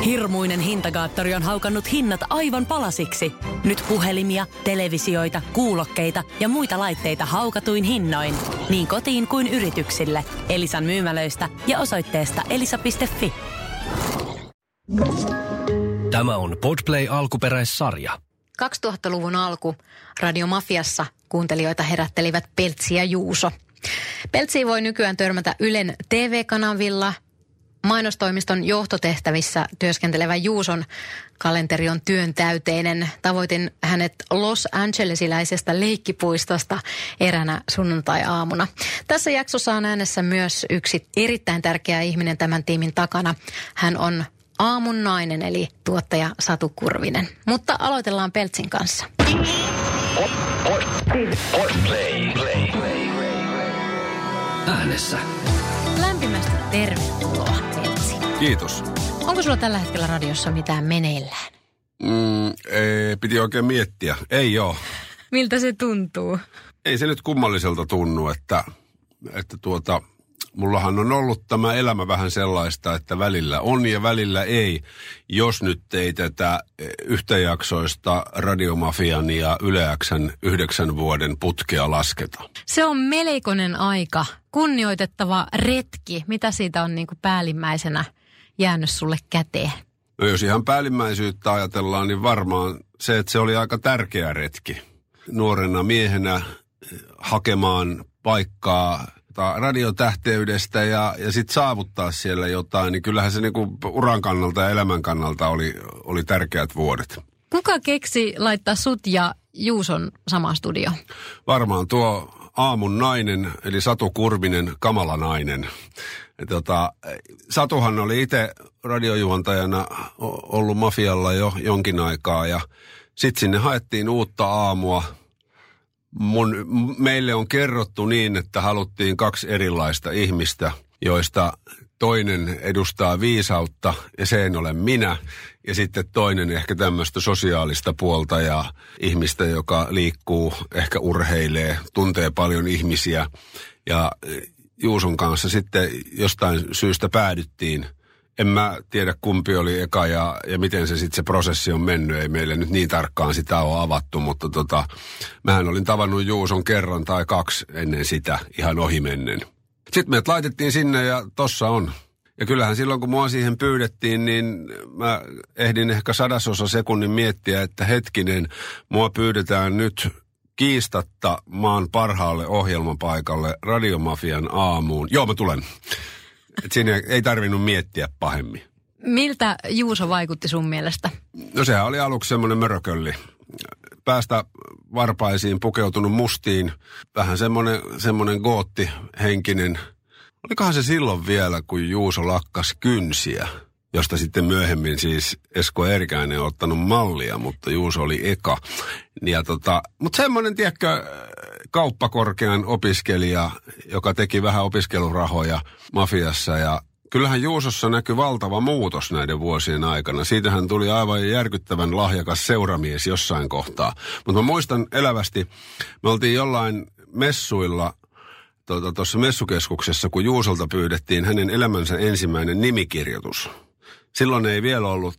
Hirmuinen hintakaattori on haukannut hinnat aivan palasiksi. Nyt puhelimia, televisioita, kuulokkeita ja muita laitteita haukatuin hinnoin. Niin kotiin kuin yrityksille. Elisan myymälöistä ja osoitteesta elisa.fi. Tämä on Podplay alkuperäissarja. 2000-luvun alku Radio Mafiassa kuuntelijoita herättelivät Peltsi ja Juuso. Peltsiin voi nykyään törmätä Ylen TV-kanavilla. Mainostoimiston johtotehtävissä työskentelevä Juuson kalenteri on työntäyteinen. Tavoitin hänet Los Angelesiläisestä leikkipuistosta eränä sunnuntai-aamuna. Tässä jaksossa on äänessä myös yksi erittäin tärkeä ihminen tämän tiimin takana. Hän on aamun nainen eli tuottaja Satu Kurvinen. Mutta aloitellaan Peltsin kanssa. Äänessä. Lämpimästi tervetuloa, Peltsi. Kiitos. Onko sulla tällä hetkellä radiossa mitään meneillään? Piti oikein miettiä. Ei oo. Miltä se tuntuu? Ei se nyt kummalliselta tunnu, että mullahan on ollut tämä elämä vähän sellaista, että välillä on ja välillä ei, jos nyt ei tätä yhtäjaksoista Radiomafian ja Yle X:n 9 vuoden putkea lasketa. Se on melkoinen aika. Kunnioitettava retki. Mitä siitä on niin kuin päällimmäisenä jäänyt sulle käteen? No jos ihan päällimmäisyyttä ajatellaan, niin varmaan se, että se oli aika tärkeä retki. Nuorena miehenä hakemaan paikkaa radiotähteydestä ja sitten saavuttaa siellä jotain, niin kyllähän se niinku uran kannalta ja elämän kannalta oli tärkeät vuodet. Kuka keksi laittaa sut ja Juuson samaan studioon? Varmaan tuo aamun nainen, eli Satu Kurvinen, kamala nainen. Satuhan oli itse radiojuontajana ollut Mafialla jo jonkin aikaa ja sitten sinne haettiin uutta aamua. Meille on kerrottu niin, että haluttiin 2 erilaista ihmistä, joista toinen edustaa viisautta ja se en ole minä. Ja sitten toinen ehkä tämmöistä sosiaalista puolta ja ihmistä, joka liikkuu, ehkä urheilee, tuntee paljon ihmisiä. Ja Juuson kanssa sitten jostain syystä päädyttiin. En mä tiedä kumpi oli eka ja miten se prosessi on mennyt. Ei meille nyt niin tarkkaan sitä ole avattu, mutta mähän olin tavannut Juuson kerran tai 2 ennen sitä ihan ohimennen. Sitten meidät laitettiin sinne ja tossa on. Ja kyllähän silloin kun mua siihen pyydettiin, niin mä ehdin ehkä 100 sekunnin miettiä, että hetkinen, mua pyydetään nyt kiistatta maan parhaalle ohjelmapaikalle Radiomafian aamuun. Joo, mä tulen. Et siinä ei tarvinnut miettiä pahemmin. Miltä Juuso vaikutti sun mielestä? No sehän oli aluksi semmoinen mörökölli. Päästä varpaisiin pukeutunut mustiin, vähän semmoinen gootti-henkinen. Olikohan se silloin vielä, kun Juuso lakkas kynsiä, josta sitten myöhemmin siis Esko Eerikäinen on ottanut mallia, mutta Juuso oli eka. Mutta semmoinen, tiedätkö, kauppakorkean opiskelija, joka teki vähän opiskelurahoja Mafiassa ja kyllähän Juusossa näkyi valtava muutos näiden vuosien aikana. Siitähän tuli aivan järkyttävän lahjakas seuramies jossain kohtaa. Mutta mä muistan elävästi, me oltiin jollain messuilla tuossa messukeskuksessa, kun Juusolta pyydettiin hänen elämänsä ensimmäinen nimikirjoitus. Silloin ei vielä ollut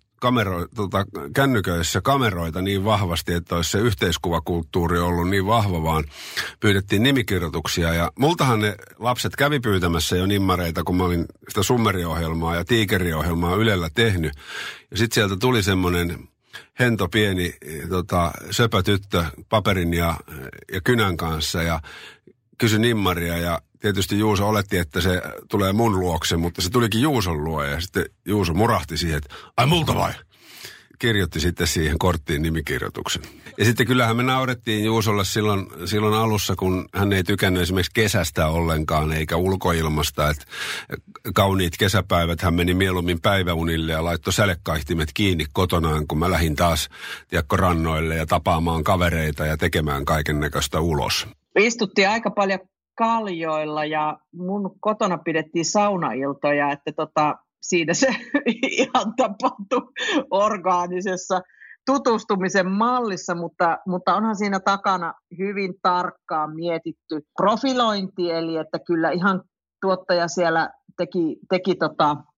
kännyköissä kameroita niin vahvasti, että olisi se yhteiskuvakulttuuri ollut niin vahva, vaan pyydettiin nimikirjoituksia. Ja multahan ne lapset kävi pyytämässä jo nimmareita, kun mä olin sitä summeriohjelmaa ja tiikeriohjelmaa Ylellä tehnyt. Ja sitten sieltä tuli semmoinen hento pieni söpö tyttö paperin ja kynän kanssa ja kysyi nimmaria ja tietysti Juuso oletti, että se tulee mun luokse, mutta se tulikin Juuson luo ja sitten Juuso murahti siihen, että ai multa vai? Kirjoitti sitten siihen korttiin nimikirjoituksen. Ja sitten kyllähän me naurettiin Juusolle silloin alussa, kun hän ei tykännyt esimerkiksi kesästä ollenkaan eikä ulkoilmasta. Että kauniit kesäpäivät hän meni mieluummin päiväunille ja laittoi sälekaihtimet kiinni kotonaan, kun mä lähdin taas rannoille ja tapaamaan kavereita ja tekemään kaikennäköistä ulos. Istuttiin aika paljon kaljoilla ja mun kotona pidettiin saunailtoja, että siinä se ihan tapahtui orgaanisessa tutustumisen mallissa, mutta onhan siinä takana hyvin tarkkaan mietitty profilointi, eli että kyllä ihan tuottaja siellä teki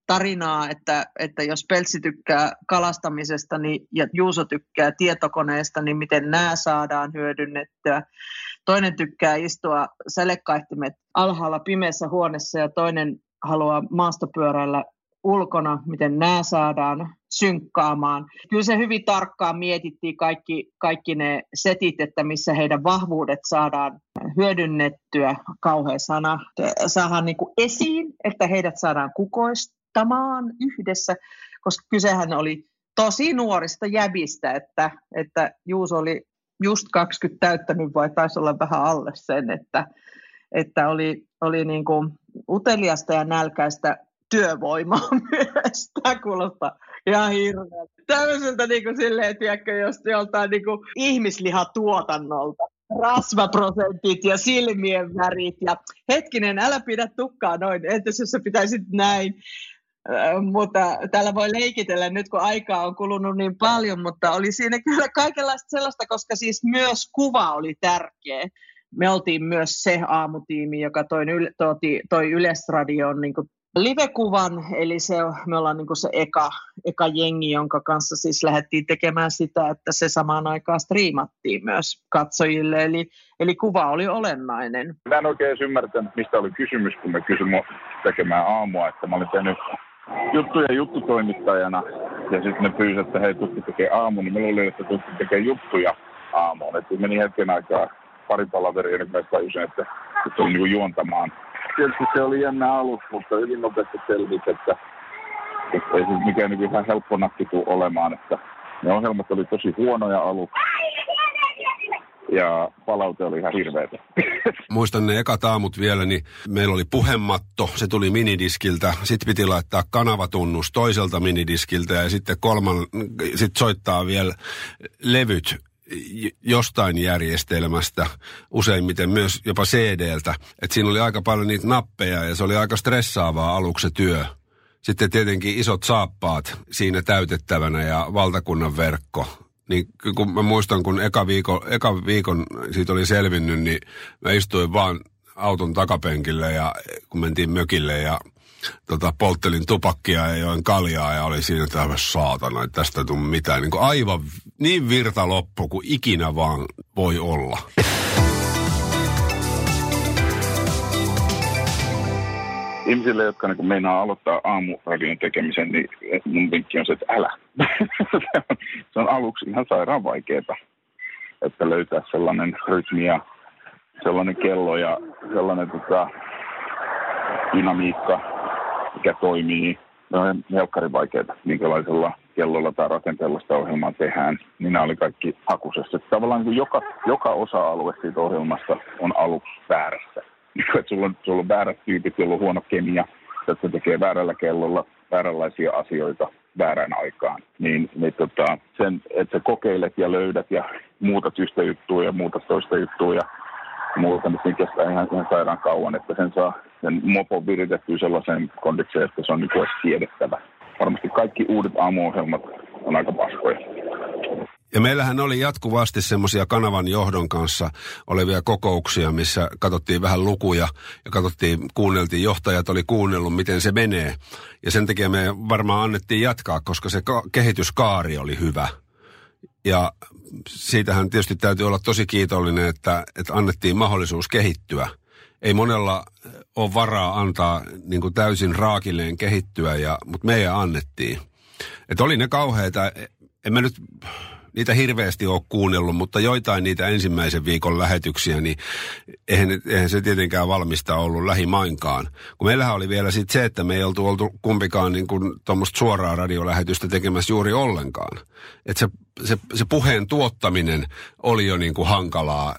tarinaa, että jos Peltsi tykkää kalastamisesta ja Juuso tykkää tietokoneesta, niin miten nämä saadaan hyödynnettyä. Toinen tykkää istua sälekaihtimet alhaalla pimeässä huoneessa ja toinen haluaa maastopyöräillä ulkona, miten nämä saadaan synkkaamaan. Kyllä se hyvin tarkkaan mietittiin kaikki ne setit, että missä heidän vahvuudet saadaan hyödynnettyä. Kauhea sana. Saadaan niin kuin esiin, että heidät saadaan kukoistamaan yhdessä, koska kysehän oli tosi nuorista jäbistä, että Juuso oli just 20 täyttänyt vai taisi olla vähän alle sen, että oli niin kuin uteliasta ja nälkäistä työvoimaa myös. Tämä kuulostaa ihan hirveältä. Tämmöiseltä niin kuin silleen, tiedätkö, joltain niin kuin ihmislihatuotannolta. Rasvaprosentit ja silmien värit ja hetkinen, älä pidä tukkaa noin, entäs jos sä pitäisit näin. Mutta täällä voi leikitellä nyt, kun aikaa on kulunut niin paljon, mutta oli siinä kyllä kaikenlaista sellaista, koska siis myös kuva oli tärkeä. Me oltiin myös se aamutiimi, joka toi Yleisradioon niin kuin live-kuvan, eli me ollaan niin kuin se eka jengi, jonka kanssa siis lähdettiin tekemään sitä, että se samaan aikaan striimattiin myös katsojille, eli kuva oli olennainen. Mä en oikein edes ymmärtänyt, mistä oli kysymys, kun me kysyimme tekemään aamua, että mä olin tehnyt juttuja juttutoimittajana, ja sitten ne pyysi, että hei, tuttu tekee aamu, niin mä luulin, että tuttu tekee juttuja aamuun. Että meni hetken aikaa pari palaveria, niin mä tajusin, että oli niin kuin juontamaan. Tietysti se oli jännä alus, mutta hyvin nopeasti selvisi, että ei se mikään niin ihan helppo nakki tule olemaan, että ne ohjelmat oli tosi huonoja aluksi ja palaute oli ihan hirveätä. Muistan ne ekat aamut vielä, niin meillä oli puhematto, se tuli minidiskiltä, sitten piti laittaa kanavatunnus toiselta minidiskiltä ja sitten soittaa vielä levyt jostain järjestelmästä, useimmiten myös jopa CDltä. Että siinä oli aika paljon niitä nappeja ja se oli aika stressaavaa aluksi se työ. Sitten tietenkin isot saappaat siinä täytettävänä ja valtakunnan verkko. Niin kun mä muistan, kun eka viikon siitä oli selvinnyt, niin mä istuin vaan auton takapenkille ja kun mentiin mökille ja polttelin tupakkia ja join kaljaa ja oli siinä tämmöistä saatana, että tästä ei tule mitään. Niin kuin aivan niin virta loppu kuin ikinä vaan voi olla. Ihmisille, jotka niin meinaa aloittaa aamuradion tekemisen, niin mun vinkki on se, että älä. Se on aluksi ihan sairaan vaikeaa, että löytää sellainen rytmi ja sellainen kello ja sellainen dynamiikka, mikä toimii. Ne on helkkari vaikeaa, minkälaisella kellolla tai rakenteella sitä ohjelmaa tehdään. Niin nämä oli kaikki hakusessa. Tavallaan niin joka osa-alue siitä ohjelmasta on aluksi väärässä. Että sulla on väärät tyypit, joilla on huono kemia, että se tekee väärällä kellolla vääränlaisia asioita väärään aikaan. Sen, että sä kokeilet ja löydät ja muutat yhtä juttua ja muutat toista juttua ja muuta, niin siinä kestää ihan sairaan kauan, että sen mopon viritettyä sellaiseen kondikseen, että se on niin kuin siedettävä. Varmasti kaikki uudet aamuohjelmat on aika paskoja. Ja meillähän oli jatkuvasti semmoisia kanavan johdon kanssa olevia kokouksia, missä katsottiin vähän lukuja ja kuunneltiin, johtajat oli kuunnellut, miten se menee. Ja sen takia me varmaan annettiin jatkaa, koska se kehityskaari oli hyvä. Ja siitähän tietysti täytyy olla tosi kiitollinen, että annettiin mahdollisuus kehittyä. Ei monella ole varaa antaa niin kuin täysin raakilleen kehittyä, mutta meidän annettiin. Että oli ne kauheita, en mä nyt niitä hirveästi ole kuunnellut, mutta joitain niitä ensimmäisen viikon lähetyksiä, niin eihän se tietenkään valmista ollut lähimainkaan. Kun meillähän oli vielä sitten se, että me ei oltu kumpikaan niin kuin tuommoista suoraa radiolähetystä tekemässä juuri ollenkaan. Että se puheen tuottaminen oli jo niin kuin hankalaa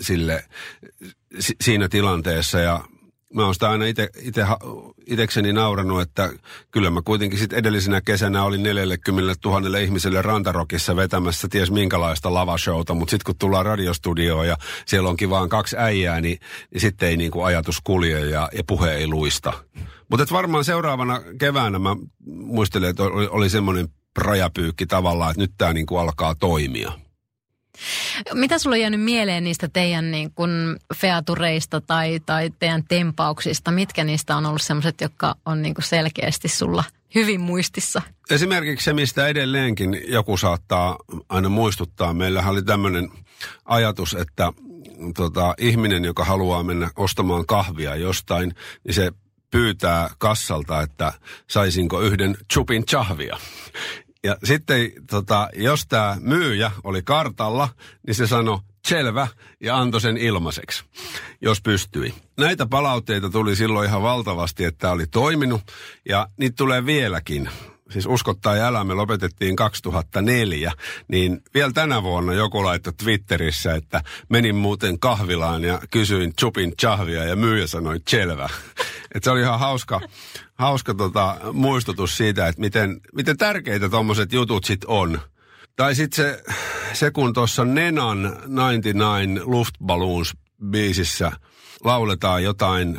siinä tilanteessa ja mä oon sitä aina itekseni naurannut, että kyllä mä kuitenkin sitten edellisenä kesänä olin 40 000 ihmiselle Rantarokissa vetämässä ties minkälaista lavashowta, mutta sitten kun tullaan radiostudioon ja siellä onkin vaan 2 äijää, niin sitten ei niinku ajatus kulje ja puhe ei luista. Mutta varmaan seuraavana keväänä mä muistelen, että oli semmoinen rajapyykki tavallaan, että nyt tää niinku alkaa toimia. Mitä sulla on jäänyt mieleen niistä teidän niin kuin featureista tai teidän tempauksista? Mitkä niistä on ollut sellaiset, jotka on niin kuin selkeästi sulla hyvin muistissa. Esimerkiksi se, mistä edelleenkin joku saattaa aina muistuttaa. Meillähän oli tämmöinen ajatus, että ihminen, joka haluaa mennä ostamaan kahvia jostain, niin se pyytää kassalta, että saisinko yhden chupin chahvia. Ja sitten jos tämä myyjä oli kartalla, niin se sanoi selvä ja antoi sen ilmaiseksi, jos pystyi. Näitä palautteita tuli silloin ihan valtavasti, että tämä oli toiminut ja niitä tulee vieläkin. Siis uskottaa ja älä, me lopetettiin 2004, niin vielä tänä vuonna joku laittoi Twitterissä, että menin muuten kahvilaan ja kysyin chupin chahvia ja myyjä sanoi selvä. Että se oli ihan hauska muistutus siitä, että miten tärkeitä tommoset jutut sit on. Tai sitten se kun tuossa Nenan 99 Luftballoons-biisissä lauletaan jotain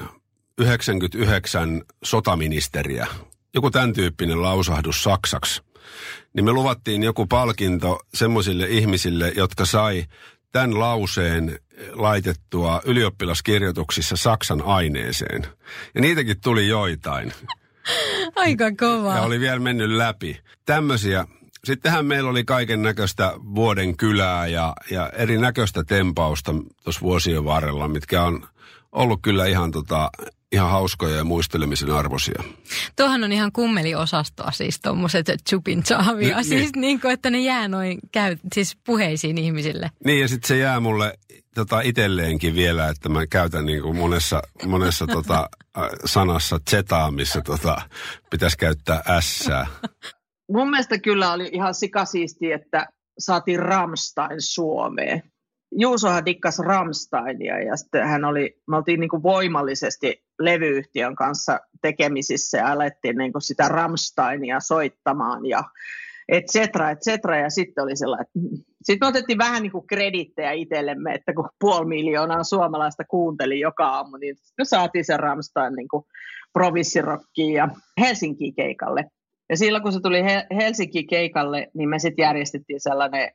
99 sotaministeriä, joku tämän tyyppinen lausahdus saksaksi, niin me luvattiin joku palkinto semmoisille ihmisille, jotka sai tämän lauseen laitettua ylioppilaskirjoituksissa saksan aineeseen. Ja niitäkin tuli joitain. Aika kovaa. Ja oli vielä mennyt läpi. Tämmöisiä. Sittenhän meillä oli kaiken näköistä vuoden kylää ja erinäköistä tempausta tuossa vuosien varrella, mitkä on ollut kyllä ihan hauskoja ja muistelemisen arvoisia. Tuohan on ihan kummeliosastoa, siis tuommoiset chupin chahvia, siis niin kuin, että ne jää noin siis puheisiin ihmisille. Niin ja sitten se jää mulle itselleenkin vielä, että mä käytän niin kuin monessa sanassa zetaa, missä pitäisi käyttää ässää. Mun mielestä kyllä oli ihan sikasiistiä, että saatiin Rammstein Suomeen. Juusohan dikkasi Rammsteinia ja sitten me oltiin niin kuin voimallisesti levyyhtiön kanssa tekemisissä ja alettiin niin kuin sitä Rammsteinia soittamaan ja et cetera. Ja sitten oli sellainen, että sitten me otettiin vähän niin kuin kredittejä itsellemme, että kun 500 000 suomalaista kuunteli joka aamu, niin me saatiin se Rammstein niin kuin provinssirokkiin ja Helsinkiin keikalle. Ja silloin kun se tuli Helsinkiin keikalle, niin me sitten järjestettiin sellainen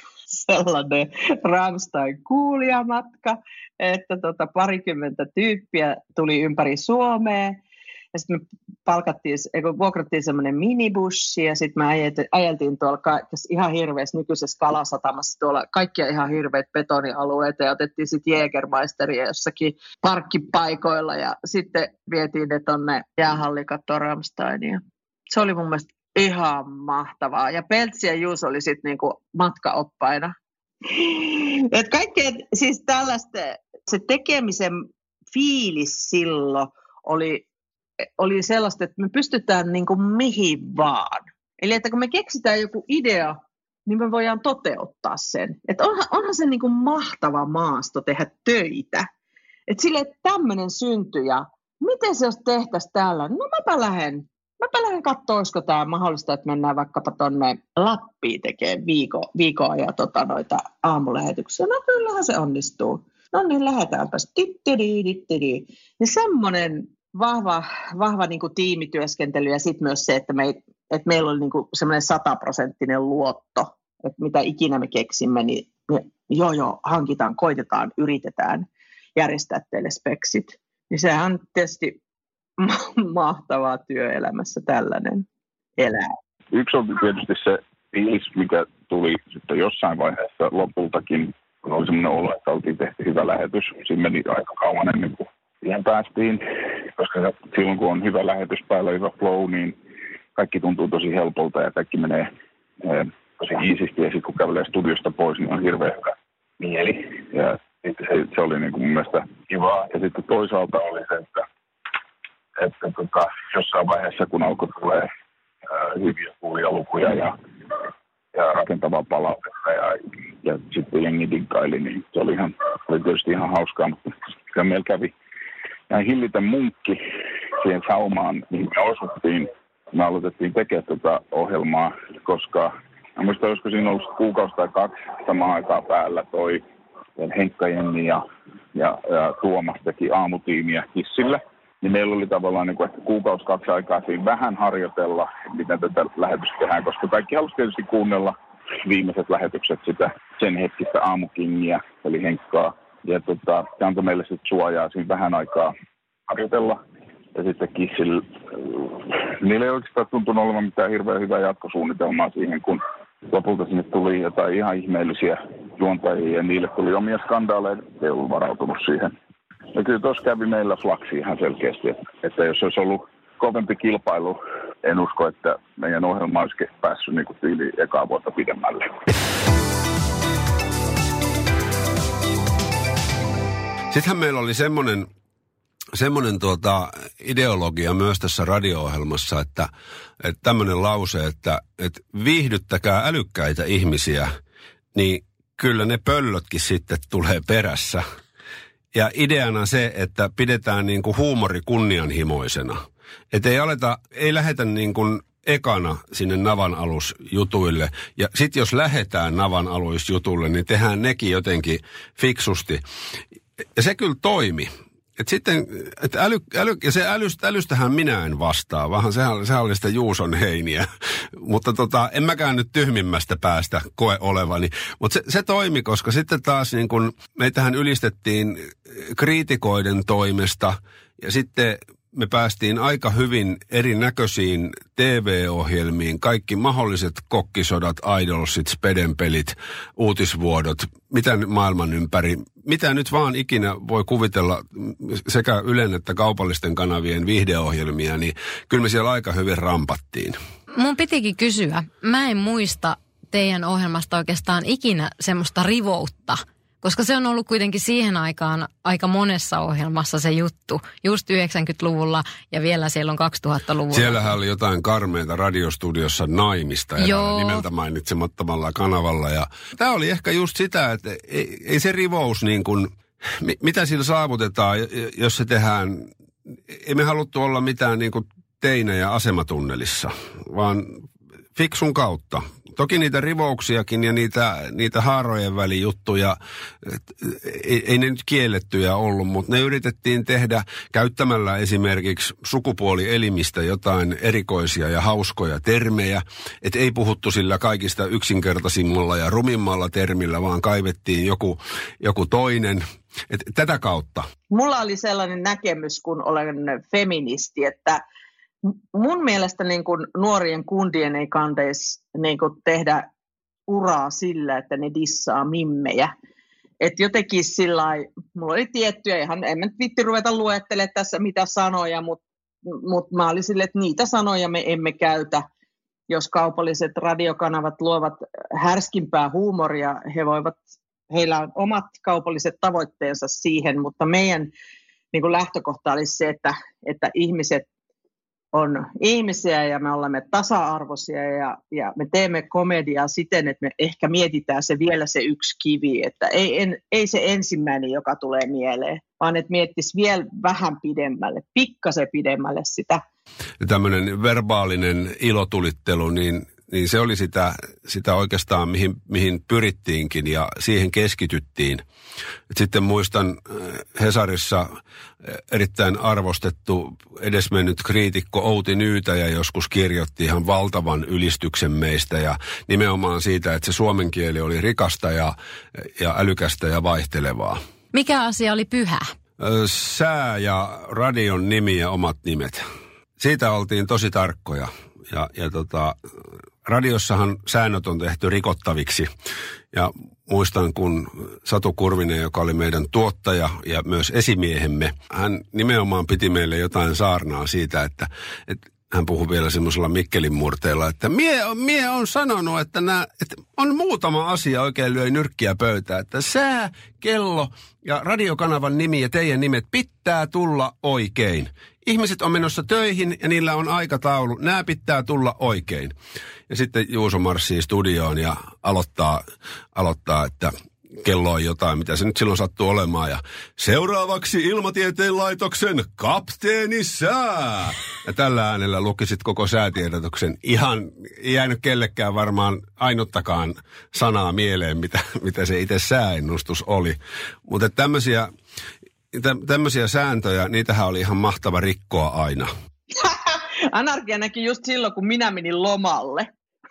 Rammstein-kuulijamatka, että 20 tyyppiä tuli ympäri Suomea. Ja sitten me vuokrattiin semmoinen minibussi ja sitten me ajeltiin tuolla ihan hirveässä nykyisessä Kalasatamassa tuolla kaikkia ihan hirveät betonialueita ja otettiin sitten Jägermeisteria jossakin parkkipaikoilla ja sitten vietiin ne tonne jäähalliin katsoa Rammsteinia. Se oli mun mielestä ihan mahtavaa. Ja Peltsi ja Juuso oli sitten niinku matkaoppaina. Et kaikkea, siis tällaista, se tekemisen fiilis silloin oli sellaista, että me pystytään niinku mihin vaan. Eli että kun me keksitään joku idea, niin me voidaan toteuttaa sen. Että onhan se niinku mahtava maasto tehdä töitä. Että silleen, että tämmöinen syntyi ja miten se jos tehtäisiin täällä? No mäpä lähden katsoa, olisiko tämä mahdollista, että mennään vaikkapa tuonne Lappiin tekemään viikon ajan noita aamulähetyksiä. No kyllähän se onnistuu. No niin, lähdetäänpäs. Ja semmoinen vahva niin kuin tiimityöskentely ja sitten myös se, että meillä oli niin kuin semmoinen 100% luotto, että mitä ikinä me keksimme, niin hankitaan, koitetaan, yritetään järjestää teille speksit. Niin sehän on tietysti mahtavaa työelämässä tällainen elää. Yksi on tietysti se fiilis, mikä tuli sitten jossain vaiheessa lopultakin, kun oli semmoinen olo, että oltiin tehty hyvä lähetys. Siinä meni aika kauan ennen kuin siihen päästiin, koska silloin kun on hyvä lähetys päällä, hyvä flow, niin kaikki tuntuu tosi helpolta ja kaikki menee tosi iisisti. Ja sitten kun kävelee studiosta pois, niin on hirveän hyvä mieli. Ja sitten se oli niin kuin mun mielestä kivaa. Ja sitten toisaalta oli se, että jossain vaiheessa, kun alkoi tulee hyviä kuulijalukuja ja rakentavaa palautetta ja sitten jengi diggaili, niin se oli tietysti ihan hauskaa, mutta kyllä meillä kävi ihan hillitön munkki siihen saumaan, mihin me osuttiin. Me aloitettiin tekemään tätä ohjelmaa, koska mä muistan, olisiko siinä ollut kuukausi tai 2 samaan aikaan päällä toi Henkka Jenni ja Tuomas teki aamutiimiä Kissillä. Niin meillä oli tavallaan niin kuin ehkä 1-2 aikaa siinä vähän harjoitella, miten tätä lähetystä tehdään, koska kaikki halusi tietysti kuunnella viimeiset lähetykset sitä sen hetkistä aamukingiä, eli Henkkaa. Ja se antoi meille sitten suojaa siinä vähän aikaa harjoitella. Ja sitten Kissillä, niillä ei oikeastaan tuntunut olevan mitään hirveän hyvää jatkosuunnitelmaa siihen, kun lopulta sinne tuli jotain ihan ihmeellisiä juontajia ja niille tuli omia skandaaleja, ei ollut varautunut siihen. Ja kyllä tuossa kävi meillä flaksi ihan selkeästi, että jos olisi ollut kovempi kilpailu, en usko, että meidän ohjelma olisi päässyt niin kuin tyyliin ekaa vuotta pidemmälle. Sittenhän meillä oli semmoinen ideologia myös tässä radio-ohjelmassa, että tämmöinen lause, että viihdyttäkää älykkäitä ihmisiä, niin kyllä ne pöllötkin sitten tulee perässä. Ja ideana se, että pidetään niin kuin huumori kunnianhimoisena. Että ei lähetä niin kuin ekana sinne navanalusjutuille. Ja sitten jos lähdetään navanalusjutulle, niin tehdään nekin jotenkin fiksusti. Ja se kyllä toimi. Että sitten, ja se älystähän minä en vastaa, vaan sehän oli sitä Juuson heiniä. Mutta en mäkään nyt tyhmimmästä päästä koe olevani. Mutta se toimi, koska sitten taas niin kun meitähän ylistettiin kriitikoiden toimesta ja sitten me päästiin aika hyvin erinäköisiin TV-ohjelmiin, kaikki mahdolliset kokkisodat, idolsit, spedenpelit, uutisvuodot, mitä maailman ympäri, mitä nyt vaan ikinä voi kuvitella sekä Ylen että kaupallisten kanavien viihdeohjelmia, niin kyllä me siellä aika hyvin rampattiin. Mun pitikin kysyä, mä en muista teidän ohjelmasta oikeastaan ikinä semmoista rivoutta, koska se on ollut kuitenkin siihen aikaan aika monessa ohjelmassa se juttu, just 90-luvulla ja vielä siellä on 2000-luvulla. Siellähän oli jotain karmeita radiostudiossa naimista nimeltä mainitsemattomalla kanavalla. Ja tämä oli ehkä just sitä, että ei se rivous niin kuin, mitä sillä saavutetaan, jos se tehdään, ei me haluttu olla mitään niin kuin teinejä asematunnelissa, vaan fiksun kautta. Toki niitä rivouksiakin ja niitä haarojen välijuttuja, ei ne nyt kiellettyjä ollut, mutta ne yritettiin tehdä käyttämällä esimerkiksi sukupuolielimistä jotain erikoisia ja hauskoja termejä. Että ei puhuttu sillä kaikista yksinkertaisimmalla ja rumimmalla termillä, vaan kaivettiin joku toinen. Et tätä kautta. Mulla oli sellainen näkemys, kun olen feministi, että mun mielestä niin kuin nuorien kundien ei kantaisi niin kuin tehdä uraa sillä, että ne dissaa mimmejä. Että jotenkin sillä mulla oli tiettyjä, ihan en mä nyt viitti ruveta luettelemaan tässä mitä sanoja, mutta mä olin silleen, että niitä sanoja me emme käytä. Jos kaupalliset radiokanavat luovat härskimpää huumoria, heillä on omat kaupalliset tavoitteensa siihen, mutta meidän niin kuin lähtökohta olisi se, että ihmiset on ihmisiä ja me olemme tasa-arvoisia ja me teemme komediaa siten, että me ehkä mietitään se vielä se yksi kivi, että ei se ensimmäinen, joka tulee mieleen, vaan että miettisi vielä vähän pidemmälle, pikkasen pidemmälle sitä. Ja tämmöinen verbaalinen ilotulittelu, niin se oli sitä oikeastaan, mihin pyrittiinkin ja siihen keskityttiin. Et sitten muistan Hesarissa erittäin arvostettu edesmennyt kriitikko Outi Nyytäjä joskus kirjoitti ihan valtavan ylistyksen meistä ja nimenomaan siitä, että se suomen kieli oli rikasta ja älykästä ja vaihtelevaa. Mikä asia oli pyhä? Sää ja radion nimi ja omat nimet. Siitä oltiin tosi tarkkoja ja radiossahan säännöt on tehty rikottaviksi ja muistan, kun Satu Kurvinen, joka oli meidän tuottaja ja myös esimiehemme, hän nimenomaan piti meille jotain saarnaa siitä, että hän puhui vielä semmoisella Mikkelin murteella, että mie on sanonut, että on muutama asia oikein lyöi nyrkkiä pöytään, että sää, kello ja radiokanavan nimi ja teidän nimet pitää tulla oikein. Ihmiset on menossa töihin ja niillä on aikataulu. Nämä pitää tulla oikein. Ja sitten Juuso marssii studioon ja aloittaa, että kello on jotain, mitä se nyt silloin sattuu olemaan. Ja seuraavaksi Ilmatieteen laitoksen kapteeni Sää. Ja tällä äänellä lukisit koko säätiedotuksen. Ihan ei jäänyt kellekään varmaan ainuttakaan sanaa mieleen, mitä se itse sääennustus oli. Mutta tämmöisiä sääntöjä, niitähän oli ihan mahtava rikkoa aina. Anarkia näki just silloin, kun minä menin lomalle.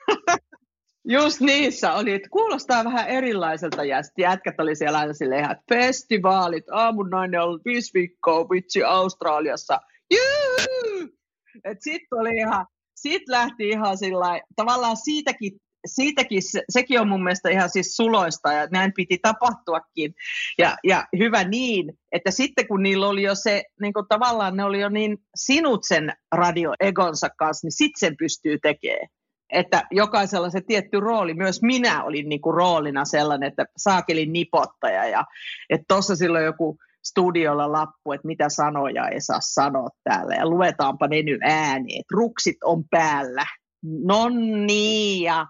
Just niissä oli, että kuulostaa vähän erilaiselta ja sitten jätkät oli siellä aina silleen, että festivaalit, aamunnainen on 5 viikkoa vitsi Australiassa Sit lähti ihan sillä tavallaan siitäkin sekin on mun mielestä ihan siis suloista ja näin piti tapahtuakin. Ja hyvä niin, että sitten kun niillä oli jo se, niin kuin tavallaan ne oli jo niin sinut sen radioegonsa kanssa, niin sitten sen pystyy tekemään. Että jokaisella se tietty rooli, myös minä olin niin kuin roolina sellainen, että saakelin nipottaja ja että tuossa silloin joku studiolla lappu, että mitä sanoja ei saa sanoa täällä ja luetaanpa ne nyt ääneen, että ruksit on päällä. Nonnii ja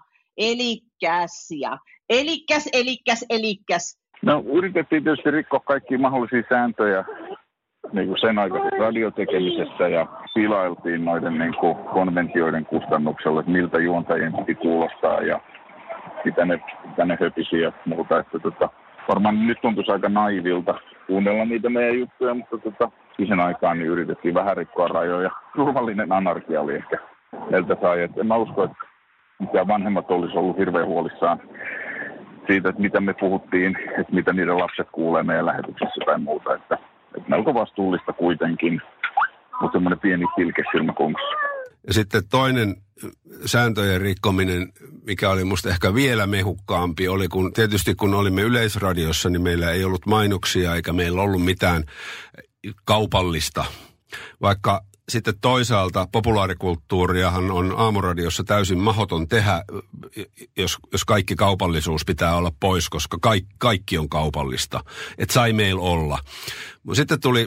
elikkäs. No yritettiin tietysti rikkoa kaikkia mahdollisia sääntöjä niin kuin sen aikaisesta radiotekemisestä ja pilailtiin noiden niin kuin konventioiden kustannuksella, että miltä juontajien piti kuulostaa ja mitä ne höpisi ja muuta. Että varmaan nyt tuntuisi aika naivilta kuunnella niitä meidän juttuja, mutta siihen aikaan niin yritettiin vähän rikkoa rajoja. Turvallinen anarkia oli ehkä meiltä sai. En mä usko, että vanhemmat olisi ollut hirveän huolissaan siitä, että mitä me puhuttiin, että mitä niiden lapset kuulee meidän lähetyksessä tai muuta. Että melko vastuullista kuitenkin, mutta semmoinen pieni pilke silmäkulmassa. Ja sitten toinen sääntöjen rikkominen, mikä oli musta ehkä vielä mehukkaampi, oli tietysti kun olimme Yleisradiossa, niin meillä ei ollut mainoksia eikä meillä ollut mitään kaupallista. Vaikka sitten toisaalta populaarikulttuuriahan on aamuradiossa täysin mahdoton tehdä, jos kaikki kaupallisuus pitää olla pois, koska kaikki on kaupallista. Että sai meillä olla. Sitten tuli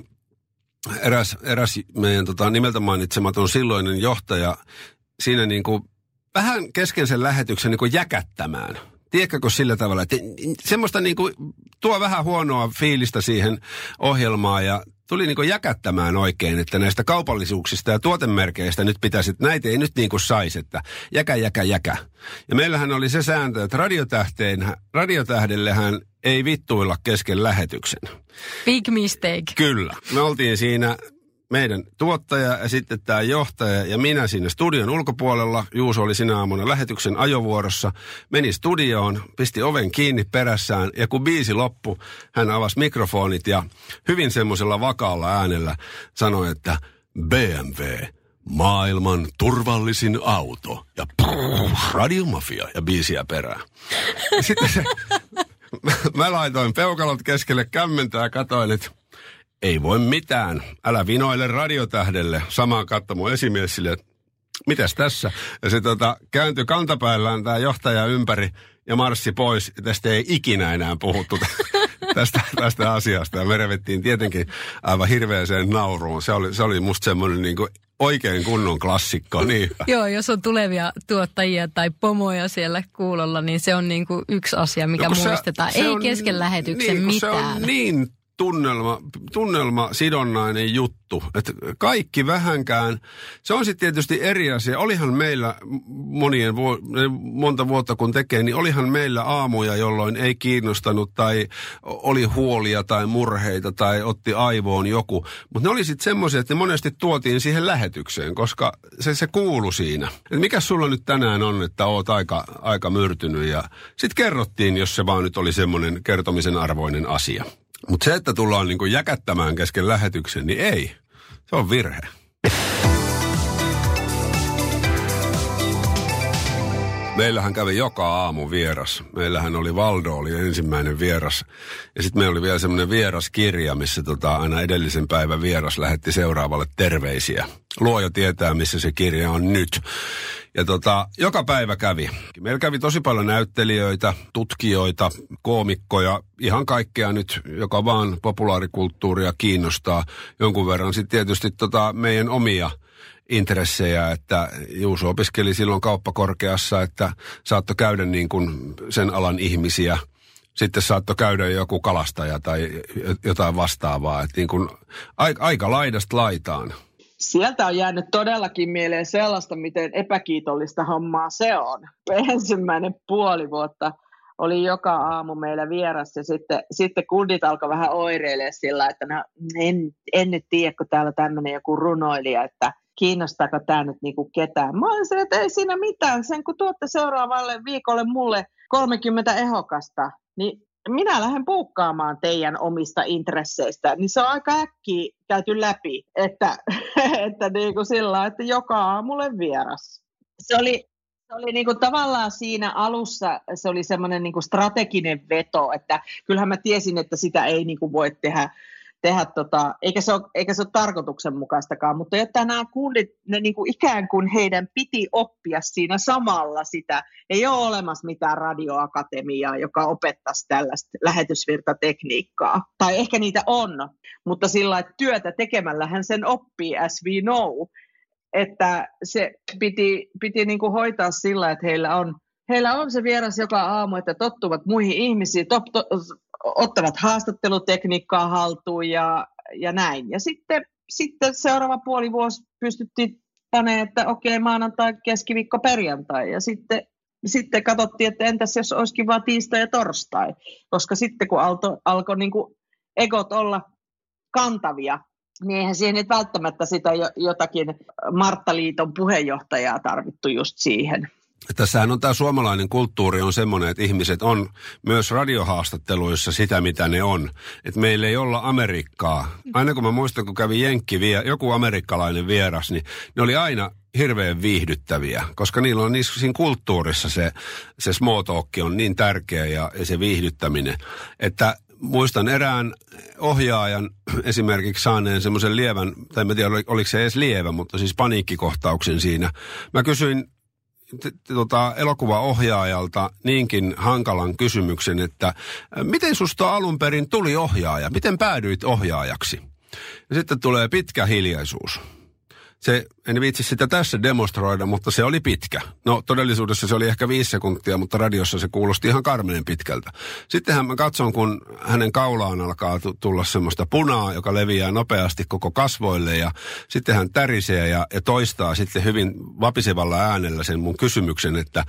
eräs meidän nimeltä mainitsematon silloinen johtaja siinä niin kuin vähän kesken sen lähetyksen niin kuin jäkättämään. Tiedätkö sillä tavalla, että semmoista niin kuin tuo vähän huonoa fiilistä siihen ohjelmaan ja tuli niin kuin jäkättämään oikein, että näistä kaupallisuuksista ja tuotemerkeistä nyt pitäisi, että näitä ei nyt niin kuin saisi, että jäkä. Ja meillähän oli se sääntö, että radiotähdellehän ei vittuilla kesken lähetyksen. Big mistake. Kyllä. Me oltiin siinä meidän tuottaja ja sitten tämä johtaja ja minä siinä studion ulkopuolella. Juuso oli sinä aamuna lähetyksen ajovuorossa. Meni studioon, pisti oven kiinni perässään ja kun biisi loppui, hän avasi mikrofonit ja hyvin semmoisella vakaalla äänellä sanoi, että BMW, maailman turvallisin auto ja Radiomafia ja biisiä perään. Ja sitten mä laitoin peukalot keskelle kämmentä ja katsoin, että ei voi mitään. Älä vinoile radiotähdelle. Samaan katsoi mun esimies sille, että mitäs tässä? Ja se kääntyi kantapäällään tämä johtaja ympäri ja marssi pois. Ja tästä ei ikinä enää puhuttu tästä asiasta. Ja me revettiin tietenkin aivan hirveäseen nauruun. Se oli musta semmoinen niin kuin oikein kunnon klassikko. Niin. Joo, jos on tulevia tuottajia tai pomoja siellä kuulolla, niin se on niin kuin yksi asia, mikä muistetaan. Ei kesken lähetyksen mitään. Se on niin tunnelmasidonnainen juttu, että kaikki vähänkään, se on sitten tietysti eri asia. Olihan meillä monta vuotta kun tekee, niin olihan meillä aamuja, jolloin ei kiinnostanut tai oli huolia tai murheita tai otti aivoon joku. Mutta ne oli sitten semmoisia, että ne monesti tuotiin siihen lähetykseen, koska se kuului siinä. Että mikä sulla nyt tänään on, että oot aika myrtynyt ja sitten kerrottiin, jos se vaan nyt oli semmoinen kertomisen arvoinen asia. Mutta se, että tullaan niinku jäkättämään kesken lähetyksen, niin ei. Se on virhe. Meillähän kävi joka aamu vieras. Meillähän oli Valdo, oli ensimmäinen vieras. Ja sitten meillä oli vielä semmoinen vieraskirja, missä aina edellisen päivän vieras lähetti seuraavalle terveisiä. Luoja tietää, missä se kirja on nyt. Ja joka päivä kävi. Meillä kävi tosi paljon näyttelijöitä, tutkijoita, koomikkoja, ihan kaikkea nyt, joka vaan populaarikulttuuria kiinnostaa. Jonkun verran sitten tietysti meidän omia intressejä, että Juuso opiskeli silloin kauppakorkeassa, että saattoi käydä niin kuin sen alan ihmisiä. Sitten saattoi käydä joku kalastaja tai jotain vastaavaa, että niin kuin aika laidasta laitaan. Sieltä on jäänyt todellakin mieleen sellaista, miten epäkiitollista hommaa se on. Ensimmäinen puoli vuotta oli joka aamu meillä vieras ja sitten kundit alkoi vähän oireilemaan sillä, että en nyt tiedä, kun täällä tämmöinen joku runoilija, että kiinnostaako tämä nyt niinku ketään. Mä olin että ei siinä mitään, sen kun tuotte seuraavalle viikolle mulle 30 ehokasta, niin minä lähden puukkaamaan teidän omista intresseistä, niin se on aika äkkiä käyty läpi, että niin kuin sillä, että joka aamulle vieras. Se oli niin kuin tavallaan siinä alussa, se oli semmoinen niin kuin strateginen veto, että kyllähän mä tiesin, että sitä ei niin kuin voi tehdä eikä se ole tarkoituksenmukaistakaan, mutta jotta nämä kundit, ne niin kuin ikään kuin heidän piti oppia siinä samalla sitä, ei ole olemassa mitään radioakatemiaa, joka opettaisi tällaista lähetysvirtatekniikkaa, tai ehkä niitä on, mutta sillä että työtä tekemällähän sen oppii, as we know, että se piti niin kuin hoitaa sillä, että heillä on se vieras joka aamu, että tottuvat muihin ihmisiin, ottavat haastattelutekniikkaa haltuun ja näin. Ja sitten seuraava puoli vuosi pystyttiin panemaan, että okei, maanantai, keskiviikko, perjantai. Ja sitten katsottiin, että entäs jos olisikin vaan tiistai ja torstai. Koska sitten kun alkoi niin kuin egot olla kantavia, niin eihän siihen nyt välttämättä sitä jotakin Marttaliiton puheenjohtajaa tarvittu just siihen. Tässähän on tämä suomalainen kulttuuri on semmoinen, että ihmiset on myös radiohaastatteluissa sitä, mitä ne on. Että meillä ei olla Amerikkaa. Aina kun mä muistan, kun kävi joku amerikkalainen vieras, niin ne oli aina hirveän viihdyttäviä, koska niillä on siinä kulttuurissa se small talk on niin tärkeä ja se viihdyttäminen, että muistan erään ohjaajan esimerkiksi saaneen semmoisen lievän, tai en tiedä oliko se edes lievä, mutta siis paniikkikohtauksen siinä. Mä kysyin elokuvaohjaajalta niinkin hankalan kysymyksen, että miten susta alun perin tuli ohjaaja? Miten päädyit ohjaajaksi? Ja sitten tulee pitkä hiljaisuus. En viitsi sitä tässä demonstroida, mutta se oli pitkä. No todellisuudessa se oli ehkä 5 sekuntia, mutta radiossa se kuulosti ihan karmenen pitkältä. Sittenhän mä katson, kun hänen kaulaan alkaa tulla semmoista punaa, joka leviää nopeasti koko kasvoille ja sitten hän tärisee ja toistaa sitten hyvin vapisevalla äänellä sen mun kysymyksen, että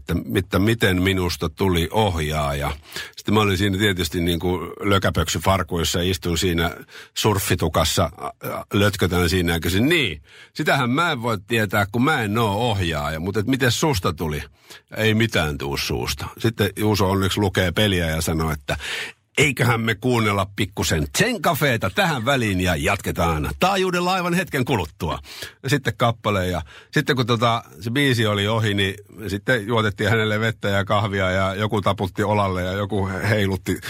miten minusta tuli ohjaaja. Sitten mä olin siinä tietysti niin kuin lökäpöksyfarkuissa ja istun siinä surfitukassa, lötkötän siinä ja kysyn niin. Sitähän mä en voi tietää, kun mä en oo ohjaaja, mutta miten susta tuli? Ei mitään tuu suusta. Sitten Juuso onneksi lukee peliä ja sanoo, että eiköhän me kuunnella pikkusen Zen-cafeeta tähän väliin ja jatketaan taajuudella aivan hetken kuluttua. Ja sitten kappale ja sitten kun se biisi oli ohi, niin sitten juotettiin hänelle vettä ja kahvia ja joku taputti olalle ja joku heilutti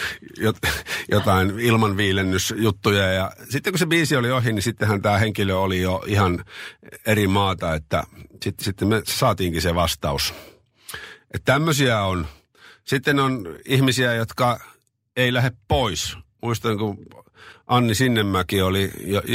jotain ilmanviilennysjuttuja. Ja sitten kun se biisi oli ohi, niin sittenhän tämä henkilö oli jo ihan eri maata, että sitten me saatiinkin se vastaus. Että tämmöisiä on. Sitten on ihmisiä, jotka ei lähde pois. Muistan, kun Anni Sinnemäki oli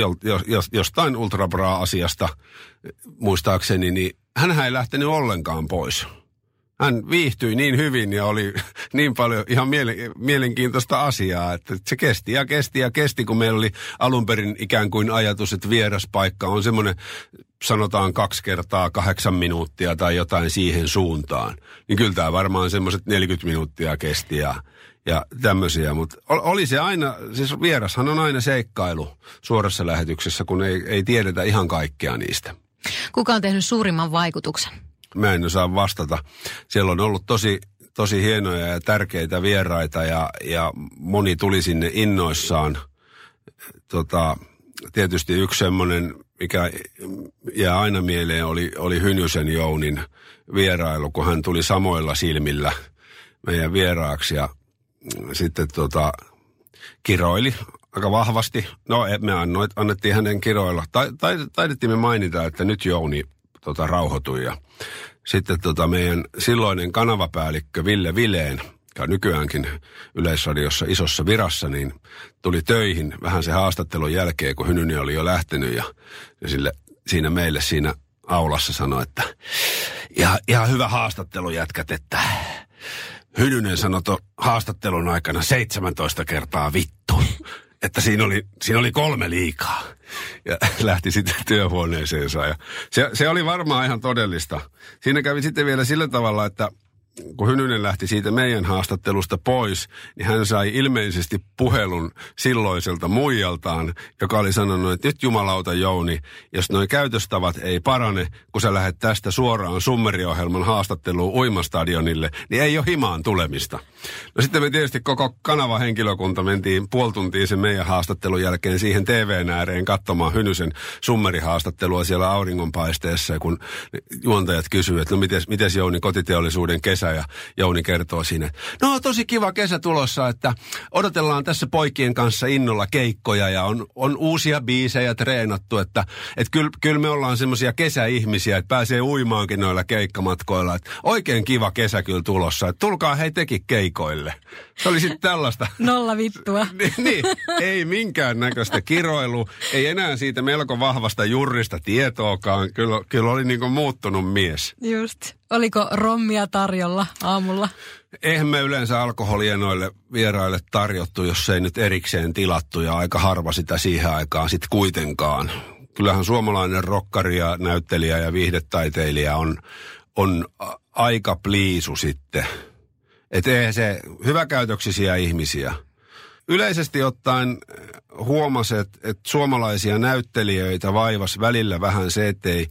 jostain Ultrabra-asiasta, muistaakseni, niin hänhän ei lähtenyt ollenkaan pois. Hän viihtyi niin hyvin ja oli niin paljon ihan mielenkiintoista asiaa, että se kesti, kun meillä oli alun perin ikään kuin ajatus, että vieraspaikka on semmoinen, sanotaan 2 kertaa 8 minuuttia tai jotain siihen suuntaan. Niin kyllä tämä varmaan semmoiset 40 minuuttia kesti ja tämmöisiä, mutta oli se aina, siis vierashan on aina seikkailu suorassa lähetyksessä, kun ei tiedetä ihan kaikkea niistä. Kuka on tehnyt suurimman vaikutuksen? Mä en osaa vastata. Siellä on ollut tosi hienoja ja tärkeitä vieraita ja moni tuli sinne innoissaan. Tietysti yksi semmoinen, mikä jää aina mieleen, oli Hynysen Jounin vierailu, kun hän tuli samoilla silmillä meidän vieraaksi ja sitten kiroili aika vahvasti. No, me annettiin hänen kiroilla. Taidettiin me mainita, että nyt Jouni rauhoitui. Ja sitten meidän silloinen kanavapäällikkö Ville Vileen, joka nykyäänkin Yleisradiossa isossa virassa, niin tuli töihin vähän se haastattelun jälkeen, kun Hynynen oli jo lähtenyt. Ja siinä meille siinä aulassa sanoi, että ihan hyvä haastattelu jätkät, että Hynynen sanoi haastattelun aikana 17 kertaa vittu, että siinä oli 3 liikaa. Ja lähti sitten työhuoneeseensa. Ja se oli varmaan ihan todellista. Siinä kävi sitten vielä sillä tavalla, että kun Hynynen lähti siitä meidän haastattelusta pois, niin hän sai ilmeisesti puhelun silloiselta muijaltaan, joka oli sanonut, että nyt jumalauta Jouni, jos noi käytöstavat ei parane, kun sä lähdet tästä suoraan Summeri-ohjelman haastatteluun Uimastadionille, niin ei ole himaan tulemista. No sitten me tietysti koko kanavan henkilökunta mentiin puoli tuntia sen meidän haastattelun jälkeen siihen TV:n ääreen katsomaan Hynysen Summeri-haastattelua siellä auringonpaisteessa, kun juontajat kysyivät, että no mites Jouni kotiteollisuuden kesä, ja Jouni kertoo siinä, että no tosi kiva kesä tulossa, että odotellaan tässä poikien kanssa innolla keikkoja ja on uusia biisejä treenattu, että kyllä me ollaan semmoisia kesäihmisiä, että pääsee uimaankin noilla keikkamatkoilla, että oikein kiva kesä kyllä tulossa, että tulkaa hei tekin keikoille. Se oli sitten tällaista. Nolla vittua. Niin, ei minkään näköistä kiroilua, ei enää siitä melko vahvasta jurrista tietoakaan, kyllä oli niinku muuttunut mies. Just. Oliko rommia tarjolla aamulla? Eihän me yleensä alkoholia noille vieraille tarjottu, jos ei nyt erikseen tilattu ja aika harva sitä siihen aikaan sitten kuitenkaan. Kyllähän suomalainen rokkari ja näyttelijä ja viihdetaiteilija on aika pliisu sitten. Että eihän se hyväkäytöksisiä ihmisiä. Yleisesti ottaen huomasi, että suomalaisia näyttelijöitä vaivasi välillä vähän se, ettei,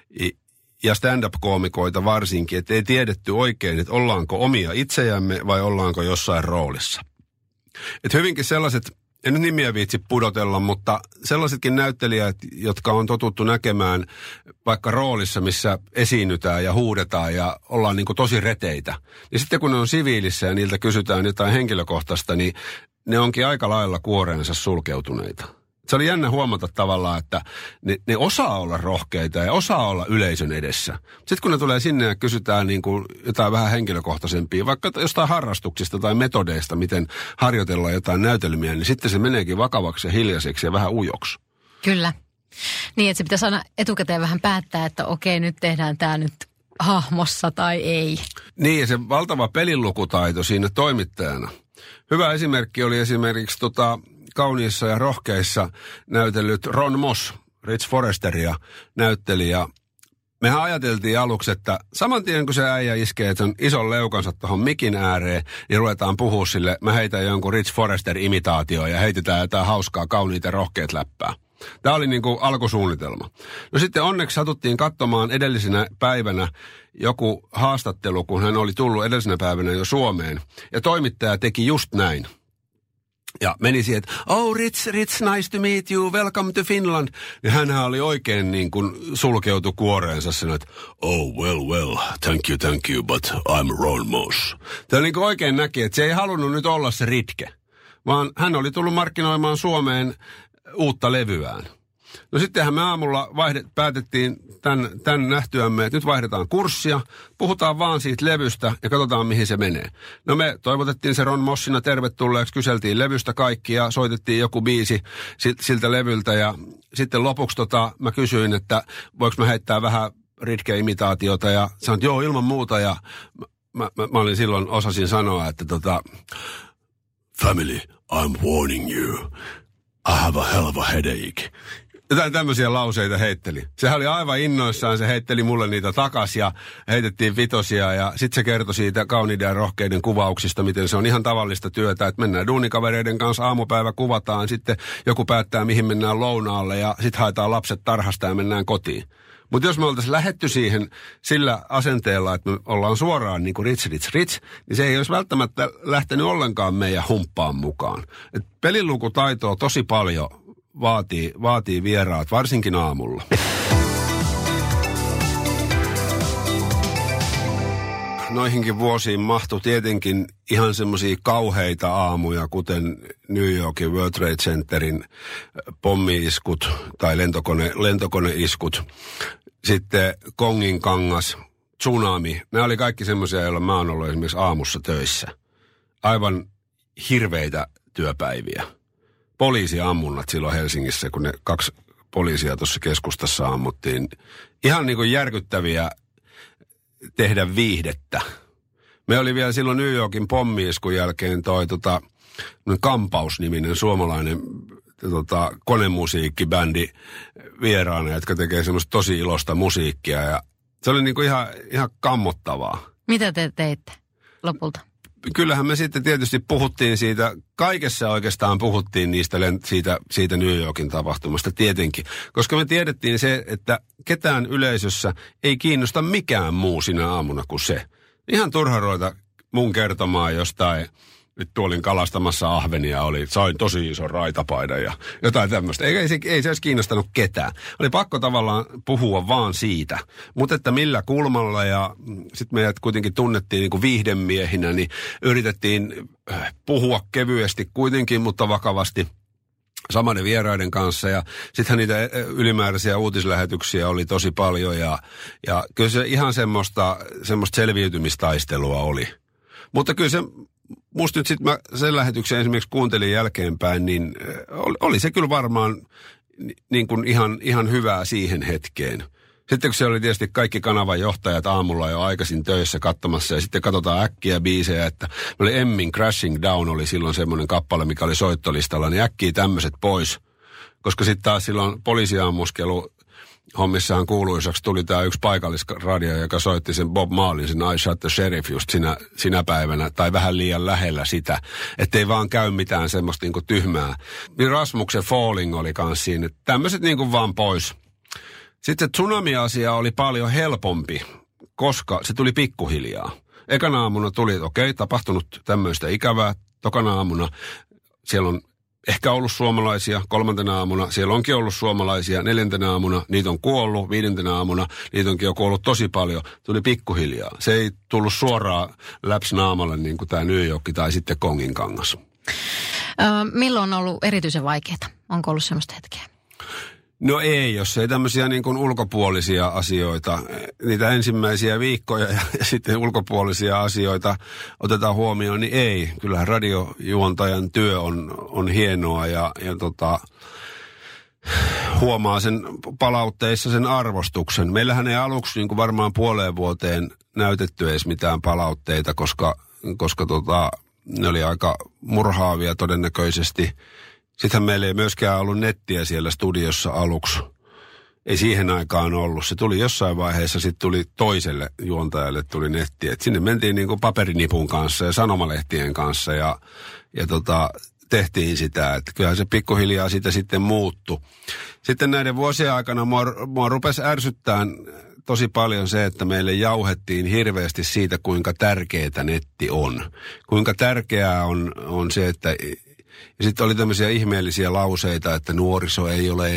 ja stand-up-koomikoita varsinkin, että ei tiedetty oikein, että ollaanko omia itsejämme vai ollaanko jossain roolissa. Että hyvinkin sellaiset, en nyt nimiä viitsi pudotella, mutta sellaisetkin näyttelijät, jotka on totuttu näkemään vaikka roolissa, missä esiinnytään ja huudetaan ja ollaan niin kuin tosi reteitä. Ja sitten kun ne on siviilissä ja niiltä kysytään jotain henkilökohtaista, niin ne onkin aika lailla kuoreensa sulkeutuneita. Se oli jännä huomata tavallaan, että ne osaa olla rohkeita ja osaa olla yleisön edessä. Sitten kun ne tulee sinne ja kysytään niin kuin jotain vähän henkilökohtaisempia, vaikka jostain harrastuksista tai metodeista, miten harjoitellaan jotain näytelmiä, niin sitten se meneekin vakavaksi ja hiljaiseksi ja vähän ujoksi. Kyllä. Niin, että se pitäisi aina etukäteen vähän päättää, että okei, nyt tehdään tämä nyt hahmossa tai ei. Niin, ja se valtava pelilukutaito siinä toimittajana. Hyvä esimerkki oli esimerkiksi Kauniissa ja rohkeissa näytellyt Ron Moss, Rich Forresteria näytteli, ja mehän ajateltiin aluksi, että saman tien kun se äijä iskee sen ison leukansa tuohon mikin ääreen, niin ruvetaan puhua sille, mä heitän jonkun Rich Forrester-imitaatioon ja heitetään jotain hauskaa, kauniita, rohkeat läppää. Tämä oli niin kuin alkusuunnitelma. No sitten onneksi satuttiin katsomaan edellisenä päivänä joku haastattelu, kun hän oli tullut edellisenä päivänä jo Suomeen, ja toimittaja teki just näin. Ja meni siihen, että oh Rich, nice to meet you, welcome to Finland. Ja hänhän oli oikein niin kuin sulkeutu kuoreensa sanoi, että oh well, thank you, but I'm Ron Moss. Tämä niin kuin oikein näki, että se ei halunnut nyt olla se Ritke, vaan hän oli tullut markkinoimaan Suomeen uutta levyään. No sittenhän me aamulla päätettiin tämän nähtyämme, että nyt vaihdetaan kurssia, puhutaan vaan siitä levystä ja katsotaan mihin se menee. No me toivotettiin se Ron Mossina tervetulleeksi, kyseltiin levystä kaikki ja soitettiin joku biisi siltä levyltä ja sitten lopuksi mä kysyin, että voiko mä heittää vähän Ritke-imitaatiota ja sanoin, että joo ilman muuta ja mä olin silloin osasin sanoa, että family, I'm warning you, I have a hell of a headache. Jotain tämmöisiä lauseita heitteli. Sehän oli aivan innoissaan, se heitteli mulle niitä takas ja heitettiin vitosia ja sitten se kertoi siitä kauniiden ja rohkeiden kuvauksista, miten se on ihan tavallista työtä, että mennään duunikavereiden kanssa, aamupäivä kuvataan, sitten joku päättää mihin mennään lounaalle ja sitten haetaan lapset tarhasta ja mennään kotiin. Mutta jos me oltaisiin lähdetty siihen sillä asenteella, että me ollaan suoraan niin kuin rich, niin se ei olisi välttämättä lähtenyt ollenkaan meidän humppaan mukaan. Et pelilukutaitoa tosi paljon vaatii vieraat, varsinkin aamulla. Noihinkin vuosiin mahtui tietenkin ihan semmoisia kauheita aamuja, kuten New Yorkin World Trade Centerin pommi-iskut tai lentokoneiskut. Sitten Kongin kangas, tsunami. Nämä oli kaikki semmoisia, joilla mä oon ollut esimerkiksi aamussa töissä. Aivan hirveitä työpäiviä. Poliisiammunnat silloin Helsingissä, kun ne 2 poliisia tuossa keskustassa ammuttiin. Ihan niin kuin järkyttäviä tehdä viihdettä. Me oli vielä silloin New Yorkin pommi-iskun jälkeen Kampaus-niminen suomalainen konemusiikkibändi vieraana, jotka tekee semmoista tosi iloista musiikkia. Ja se oli niin kuin ihan kammottavaa. Mitä te teitte lopulta? Kyllähän me sitten tietysti puhuttiin siitä, kaikessa oikeastaan puhuttiin siitä New Yorkin tapahtumasta tietenkin. Koska me tiedettiin se, että ketään yleisössä ei kiinnosta mikään muu sinä aamuna kuin se. Ihan turha ruveta mun kertomaan jostain, nyt olin kalastamassa ahvenia, sain tosi ison raitapaidan ja jotain tämmöistä. Ei se olisi kiinnostanut ketään. Oli pakko tavallaan puhua vaan siitä. Mutta että millä kulmalla ja sitten meidät kuitenkin tunnettiin niin kuin viihdemiehinä, niin yritettiin puhua kevyesti kuitenkin, mutta vakavasti samanen vieraiden kanssa. Ja sittenhän niitä ylimääräisiä uutislähetyksiä oli tosi paljon ja kyllä se ihan semmoista selviytymistaistelua oli. Mutta kyllä se musta nyt sitten mä sen lähetyksen esimerkiksi kuuntelin jälkeenpäin, niin oli se kyllä varmaan niin kuin ihan hyvää siihen hetkeen. Sitten kun se oli tietysti kaikki kanavan johtajat aamulla jo aikaisin töissä katsomassa ja sitten katsotaan äkkiä biisejä, että oli Emmin Crashing Down oli silloin semmoinen kappale, mikä oli soittolistalla, niin äkkiä tämmöiset pois. Koska sitten taas silloin poliisiammuskelu hommissahan kuuluisaksi tuli tämä yksi paikallisradio, joka soitti sen Bob Marleyn, sen I Shot the Sheriff just sinä päivänä, tai vähän liian lähellä sitä, ettei vaan käy mitään semmoista niinku tyhmää. Niin Rasmuksen Falling oli kans siinä, tämmöiset niinku vaan pois. Sitten se tsunami-asia oli paljon helpompi, koska se tuli pikkuhiljaa. Ekana aamuna tuli, että okei, tapahtunut tämmöistä ikävää. Tokana aamuna siellä on ehkä ollut suomalaisia, 3. aamuna siellä onkin ollut suomalaisia, 4. aamuna niitä on kuollut, 5. aamuna niitä onkin jo kuollut tosi paljon. Tuli pikkuhiljaa. Se ei tullut suoraan läps naamalle niin kuin tämä New York tai sitten Konginkangas. Milloin on ollut erityisen vaikeaa? Onko ollut semmoista hetkeä? No ei, jos ei tämmöisiä niin kuin ulkopuolisia asioita, niitä ensimmäisiä viikkoja ja sitten ulkopuolisia asioita otetaan huomioon, niin ei. Kyllähän radiojuontajan työ on hienoa ja huomaa sen palautteissa sen arvostuksen. Meillähän ei aluksi niin kuin varmaan puoleen vuoteen näytetty edes mitään palautteita, koska ne oli aika murhaavia todennäköisesti. Sittenhän meillä ei myöskään ollut nettiä siellä studiossa aluksi. Ei siihen aikaan ollut. Se tuli jossain vaiheessa, sitten tuli toiselle juontajalle tuli netti. Et sinne mentiin niin kuin paperinipun kanssa ja sanomalehtien kanssa ja tehtiin sitä. Että kyllähän se pikkuhiljaa siitä sitten muuttui. Sitten näiden vuosien aikana mua rupesi ärsyttämään tosi paljon se, että meille jauhettiin hirveästi siitä, kuinka tärkeää netti on. Kuinka tärkeää on se, että ja sitten oli tämmöisiä ihmeellisiä lauseita, että nuoriso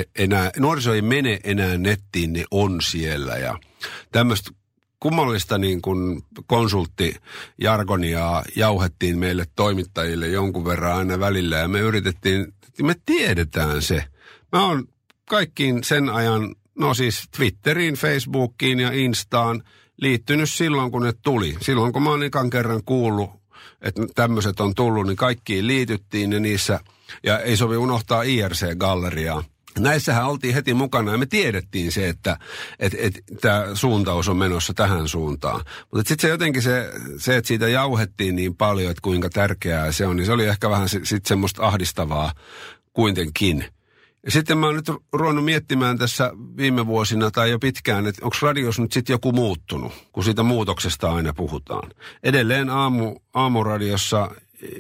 ei mene enää nettiin, ne on siellä. Ja tämmöistä kummallista niin kuin konsulttijargonia jauhettiin meille toimittajille jonkun verran aina välillä. Ja me tiedetään se. Mä oon kaikkiin sen ajan, Twitteriin, Facebookiin ja Instaan liittynyt silloin, kun ne tuli. Silloin, kun mä oon ekan kerran kuullut, että tämmöiset on tullut, niin kaikkiin liityttiin ja niissä, ja ei sovi unohtaa IRC-galleriaa. Näissähän oltiin heti mukana ja me tiedettiin se, että tämä suuntaus on menossa tähän suuntaan. Mutta sitten se jotenkin se, että siitä jauhettiin niin paljon, että kuinka tärkeää se on, niin se oli ehkä vähän sitten semmoista ahdistavaa kuitenkin. Ja sitten mä oon nyt ruvennut miettimään tässä viime vuosina tai jo pitkään, että onko radios nyt sitten joku muuttunut, kun siitä muutoksesta aina puhutaan. Edelleen aamuradiossa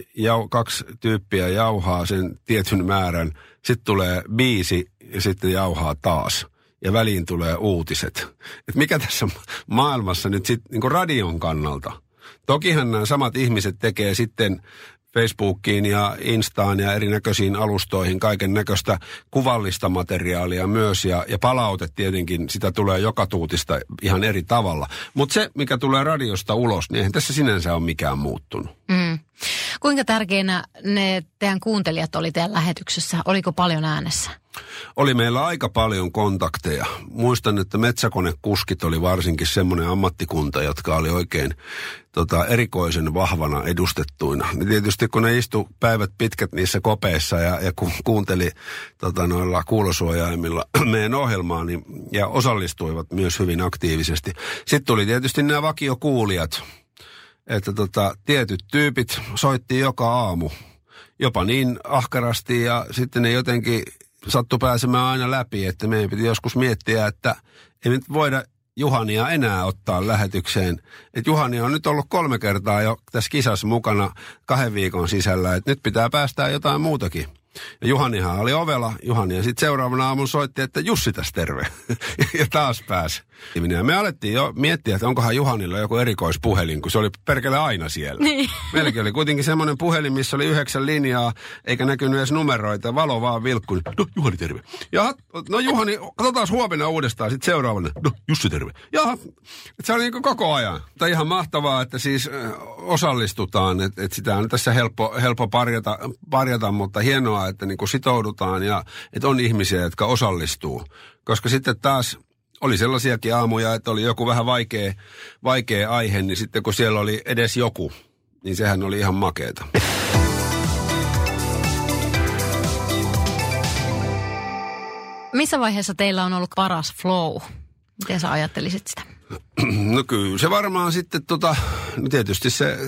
2 tyyppiä jauhaa sen tietyn määrän, sitten tulee biisi ja sitten jauhaa taas. Ja väliin tulee uutiset. Et mikä tässä maailmassa nyt sitten niin kuin radion kannalta? Tokihan nämä samat ihmiset tekee sitten Facebookiin ja Instaan ja erinäköisiin alustoihin kaiken näköistä kuvallista materiaalia myös. Ja palaute tietenkin, sitä tulee joka tuutista ihan eri tavalla. Mutta se, mikä tulee radiosta ulos, niin eihän tässä sinänsä ole mikään muuttunut. Mm. Kuinka tärkeänä ne teidän kuuntelijat oli teidän lähetyksessä? Oliko paljon äänessä? Oli meillä aika paljon kontakteja. Muistan, että metsäkonekuskit oli varsinkin semmoinen ammattikunta, jotka oli oikein erikoisen vahvana edustettuina. Ja tietysti kun ne istu päivät pitkät niissä kopeissa ja kuunteli noilla kuulosuojaimilla meidän ohjelmaa niin, ja osallistuivat myös hyvin aktiivisesti. Sitten tuli tietysti nämä vakiokuulijat, että tietyt tyypit soitti joka aamu, jopa niin ahkerasti ja sitten ne jotenkin sattui pääsemään aina läpi, että meidän piti joskus miettiä, että ei nyt voida Juhania enää ottaa lähetykseen. Et Juhani on nyt ollut 3 kertaa jo tässä kisassa mukana 2 viikon sisällä, että nyt pitää päästää jotain muutakin. Ja Juhanihan oli ovela. Juhani ja sitten seuraavana aamun soitti, että Jussi tässä terve. Ja taas pääsi. Ja me alettiin jo miettiä, että onkohan Juhanilla joku erikoispuhelin, kun se oli perkele aina siellä. Niin. Meilläkin oli kuitenkin semmoinen puhelin, missä oli 9 linjaa, eikä näkynyt edes numeroita. Valo vaan vilkkui. No, Juhani terve. Ja no Juhani, katsotaan huomenna uudestaan. Sitten seuraavana. No, Jussi terve. Ja se oli niin koko ajan. Tämä ihan mahtavaa, että siis osallistutaan. Että sitä on tässä helppo parjata, mutta hienoa, että niin kuin sitoudutaan ja että on ihmisiä, jotka osallistuu. Koska sitten taas oli sellaisiakin aamuja, että oli joku vähän vaikea aihe, niin sitten kun siellä oli edes joku, niin sehän oli ihan makeeta. Missä vaiheessa teillä on ollut paras flow? Miten sä ajattelisit sitä? No kyllä se varmaan sitten tietysti se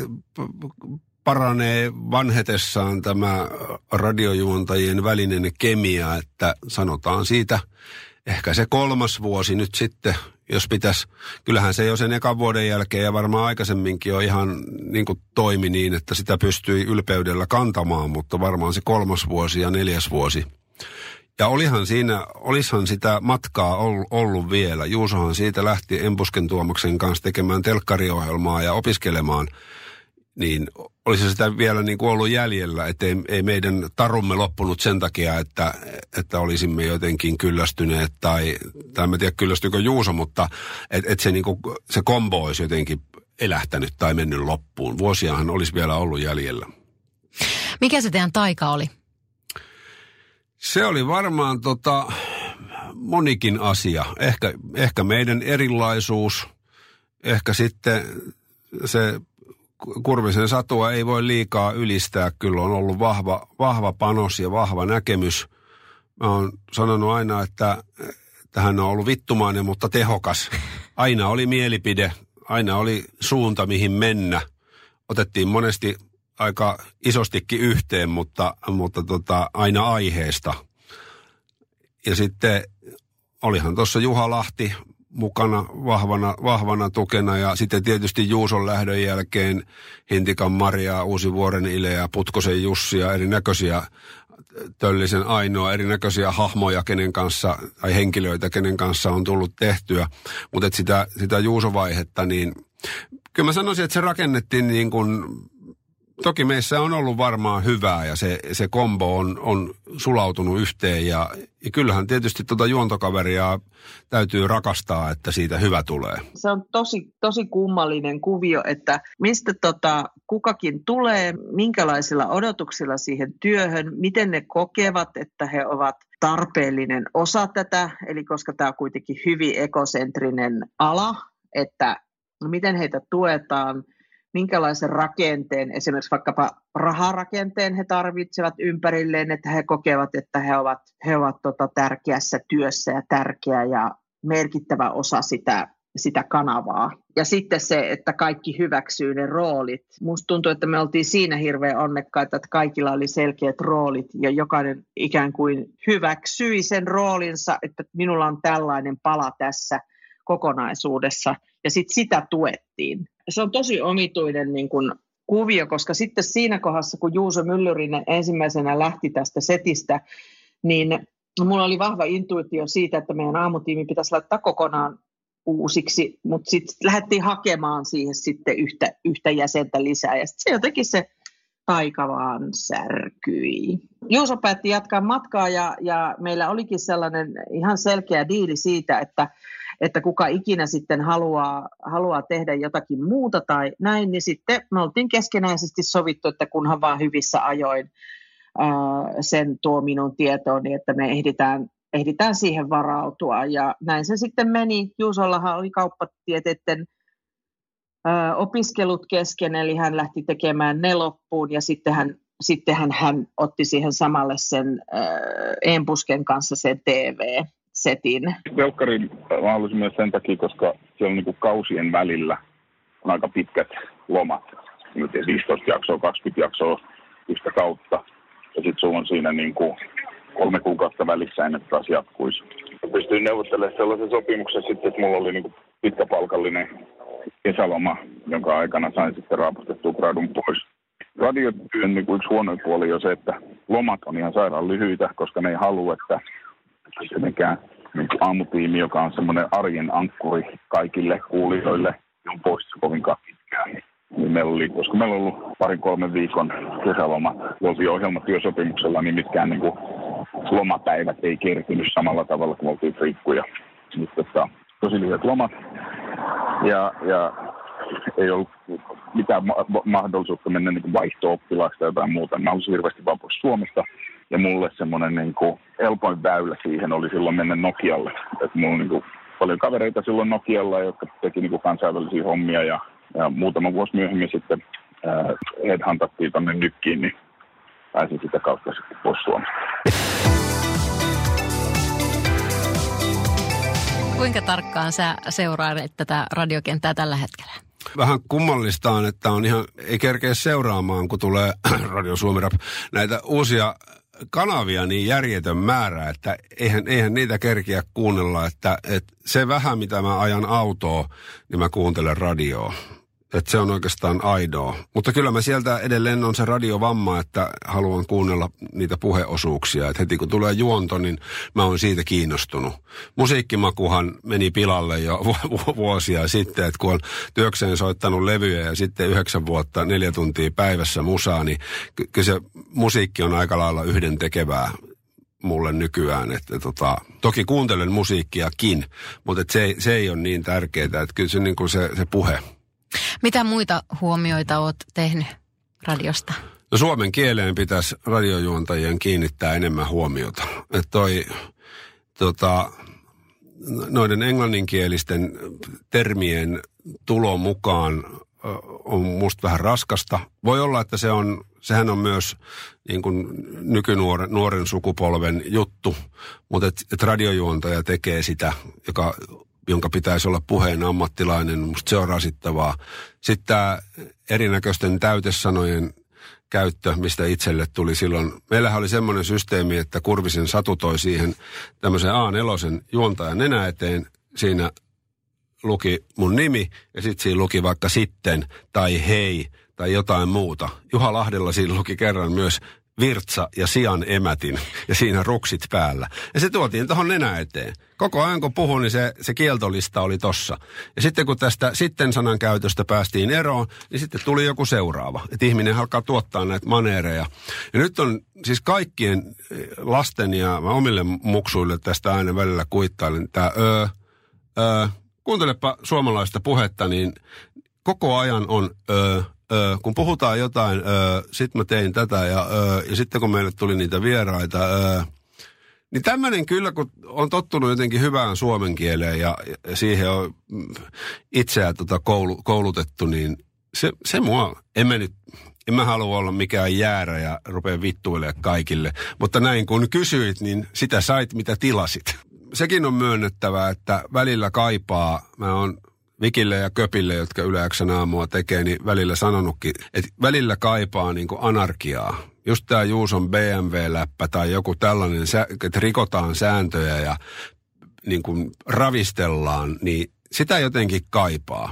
paranee vanhetessaan tämä radiojuontajien välinen kemia, että sanotaan siitä ehkä se 3. vuosi nyt sitten, jos pitäisi, kyllähän se jo sen ekan vuoden jälkeen ja varmaan aikaisemminkin jo ihan niin kuin toimi niin, että sitä pystyi ylpeydellä kantamaan, mutta varmaan se 3. vuosi ja 4. vuosi. Ja olisihan sitä matkaa ollut vielä. Juusohan siitä lähti Embusken Tuomaksen kanssa tekemään telkkariohjelmaa ja opiskelemaan, niin olisi sitä vielä niin kuin ollut jäljellä, että ei meidän tarumme loppunut sen takia, että olisimme jotenkin kyllästyneet tai en tiedä kyllästyykö Juuso, mutta että se, niin kuin, se kombo olisi jotenkin elähtänyt tai mennyt loppuun. Vuosiahan olisi vielä ollut jäljellä. Mikä se teidän taika oli? Se oli varmaan monikin asia. Ehkä meidän erilaisuus, ehkä sitten se Kurvisen Satua ei voi liikaa ylistää. Kyllä on ollut vahva panos ja vahva näkemys. Mä oon sanonut aina, että hän on ollut vittumainen, mutta tehokas. Aina oli mielipide, aina oli suunta, mihin mennä. Otettiin monesti aika isostikin yhteen, mutta aina aiheesta. Ja sitten olihan tuossa Juha Lahti mukana vahvana tukena ja sitten tietysti Juuson lähdön jälkeen Hintikan Maria, Uusivuoren Ile ja Putkosen Jussi ja erinäköisiä Töllisen Ainoa, erinäköisiä hahmoja, kenen kanssa, tai henkilöitä, kenen kanssa on tullut tehtyä. Mutta sitä Juuso-vaihetta, niin kyllä mä sanoisin, että se rakennettiin niin kuin, toki meissä on ollut varmaan hyvää ja se kombo on sulautunut yhteen ja kyllähän tietysti juontokaveria täytyy rakastaa, että siitä hyvä tulee. Se on tosi kummallinen kuvio, että mistä kukakin tulee, minkälaisilla odotuksilla siihen työhön, miten ne kokevat, että he ovat tarpeellinen osa tätä, eli koska tämä on kuitenkin hyvin ekosentrinen ala, että miten heitä tuetaan, minkälaisen rakenteen, esimerkiksi vaikkapa raharakenteen he tarvitsevat ympärilleen, että he kokevat, että he ovat tärkeässä työssä ja tärkeä ja merkittävä osa sitä kanavaa. Ja sitten se, että kaikki hyväksyy ne roolit. Musta tuntuu, että me oltiin siinä hirveän onnekkaita, että kaikilla oli selkeät roolit ja jokainen ikään kuin hyväksyi sen roolinsa, että minulla on tällainen pala tässä kokonaisuudessa ja sitten sitä tuettiin. Se on tosi omituinen niin kuin kuvio, koska sitten siinä kohdassa, kun Juuso Myllyrinen ensimmäisenä lähti tästä setistä, niin mulla oli vahva intuitio siitä, että meidän aamutiimi pitäisi laittaa kokonaan uusiksi, mutta sitten lähdettiin hakemaan siihen sitten yhtä jäsentä lisää ja sitten se jotenkin se taika vaan särkyi. Juuso päätti jatkaa matkaa ja meillä olikin sellainen ihan selkeä diili siitä, että kuka ikinä sitten haluaa tehdä jotakin muuta tai näin, niin sitten me oltiin keskenäisesti sovittu, että kunhan vaan hyvissä ajoin sen tuo minun tietoon, niin että me ehditään siihen varautua. Ja näin se sitten meni. Juusollahan oli kauppatieteiden opiskelut kesken, eli hän lähti tekemään ne loppuun ja sittenhän hän otti siihen samalle sen Embusken kanssa sen TV-setin. Telkkarin mä haluaisin myös sen takia, koska siellä niin kuin kausien välillä on aika pitkät lomat. 15 jaksoa, 20 jaksoa yhtä kautta. Ja sitten sulla on siinä niin kuin 3 kuukautta välissä ennen, että taas jatkuisi. Pystyin neuvottelemaan sellaisen sopimuksen sitten, että mulla oli niin kuin pitkäpalkallinen kesäloma, jonka aikana sain sitten raapustettua gradun pois. Radiotyön niin yksi huono puoli on se, että lomat on ihan sairaan lyhyitä, koska ne ei halua, että mikään niin aamutiimi, joka on semmoinen arjen ankkuri kaikille kuulijoille, on poissa kovinkaan pitkään. Niin koska meillä on ollut 2-3 viikon kesäloma, oltiin ohjelmatyösopimuksella, niin mitkään niin lomapäivät ei kertynyt samalla tavalla kuin oltiin friikkuja. Nyt tosi lyhyet lomat ja ei ollut mitään mahdollisuutta mennä niin vaihto-oppilaaksi tai jotain muuta. Mä halusin hirveästi vaan pois Suomesta ja mulle semmoinen niin helpoin väylä siihen oli silloin mennä Nokialle. Et mulla on niin paljon kavereita silloin Nokialla, jotka teki niin kansainvälisiä hommia ja muutama vuosi myöhemmin sitten headhuntattiin tonne Nykkiin, niin pääsin sitä kautta sitten pois Suomesta. Kuinka tarkkaan sä seurailet tätä radiokenttää tällä hetkellä? Vähän kummallista on, että on ihan, ei kerkeä seuraamaan, kun tulee Radio Suomi Rap, näitä uusia kanavia niin järjetön määrä, että eihän niitä kerkiä kuunnella, että se vähän mitä mä ajan autoa, niin mä kuuntelen radioa. Että se on oikeastaan ainoa. Mutta kyllä mä sieltä edelleen on se radiovamma, että haluan kuunnella niitä puheosuuksia. Että heti kun tulee juonto, niin mä oon siitä kiinnostunut. Musiikkimakuhan meni pilalle jo vuosia sitten, että kun on työkseen soittanut levyjä ja sitten 9 vuotta 4 tuntia päivässä musaa, niin kyllä se musiikki on aika lailla yhdentekevää mulle nykyään. Että toki kuuntelen musiikkiakin, mutta se ei ole niin tärkeää, että kyllä se, niin kuin se puhe. Mitä muita huomioita oot tehnyt radiosta? No suomen kieleen pitäisi radiojuontajien kiinnittää enemmän huomiota. Että noiden englanninkielisten termien tulo mukaan on musta vähän raskasta. Voi olla, että sehän on myös niin kuin nuoren sukupolven juttu, mutta et radiojuontaja tekee sitä, jonka pitäisi olla puheen ammattilainen, musta se on rasittavaa. Sitten tämä erinäköisten täytesanojen käyttö, mistä itselle tuli silloin. Meillähän oli semmoinen systeemi, että Kurvisen Satu toi siihen tämmöisen A4 juontajan nenä eteen. Siinä luki mun nimi ja sitten siinä luki vaikka sitten tai hei tai jotain muuta. Juha Lahdella siinä luki kerran myös virtsa ja sian emätin ja siinä ruksit päällä. Ja se tuotiin tuohon nenä eteen. Koko ajan kun puhuin, niin se kieltolista oli tossa. Ja sitten kun tästä sitten sanan käytöstä päästiin eroon, niin sitten tuli joku seuraava. Että ihminen alkaa tuottaa näitä maneereja. Ja nyt on siis kaikkien lasten ja mä omille muksuille tästä aina välillä kuittailen. Tämä kuuntelepa suomalaista puhetta, niin koko ajan on kun puhutaan jotain, sit mä tein tätä ja sitten kun meille tuli niitä vieraita, niin tämmöinen kyllä, kun on tottunut jotenkin hyvään suomen kieleen ja siihen on itseään koulutettu, niin se mua, en mä halua olla mikään jäärä ja rupea vittuilemaan kaikille, mutta näin kun kysyit, niin sitä sait mitä tilasit. Sekin on myönnettävää, että välillä kaipaa, mä oon Vikille ja Köpille, jotka Yle X:n aamua tekee, niin välillä sanonutkin, että välillä kaipaa niin kuin anarkiaa. Just tämä Juuson BMW-läppä tai joku tällainen, että rikotaan sääntöjä ja niin kuin ravistellaan, niin sitä jotenkin kaipaa.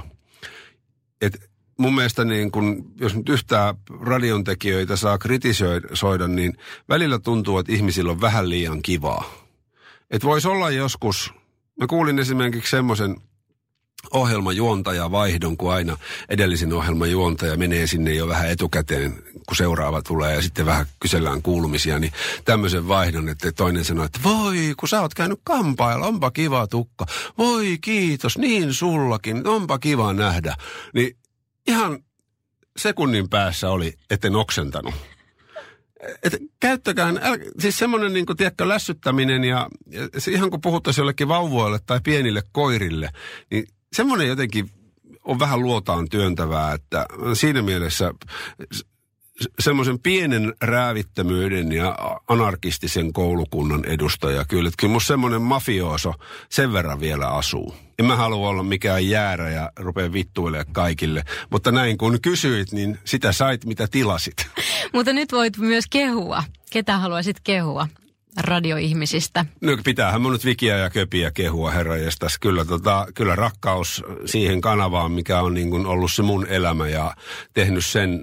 Et mun mielestä niin kun, jos nyt yhtään radiontekijöitä saa kritisoida, niin välillä tuntuu, että ihmisillä on vähän liian kivaa. Että voisi olla joskus, mä kuulin esimerkiksi semmoisen ohjelmajuontajavaihdon, kun aina edellisin ohjelmajuontaja menee sinne jo vähän etukäteen, kun seuraava tulee ja sitten vähän kysellään kuulumisia, niin tämmöisen vaihdon, että toinen sanoo, että voi, kun sä oot käynyt kampailla, onpa kiva tukka, voi kiitos, niin sullakin, onpa kiva nähdä. Niin ihan sekunnin päässä oli, etten oksentanut. Että käyttäkää, siis semmoinen niin kuin, tiedätkö, lässyttäminen ja ihan kun puhuttaisiin jollekin vauvoille tai pienille koirille, niin semmoinen jotenkin on vähän luotaan työntävää, että siinä mielessä semmoisen pienen räävittömyyden ja anarkistisen koulukunnan edustaja kyllä. Että kyllä musta semmoinen mafiooso sen verran vielä asuu. En mä halua olla mikään jäärä ja rupea vittuilemaan kaikille, mutta näin kun kysyit, niin sitä sait mitä tilasit. Mutta nyt voit myös kehua. Ketä haluaisit kehua radioihmisistä? No pitäähän mun nyt Vikiä ja Köpiä kehua herranjestas. Kyllä rakkaus siihen kanavaan, mikä on niin kuin ollut se mun elämä ja tehnyt sen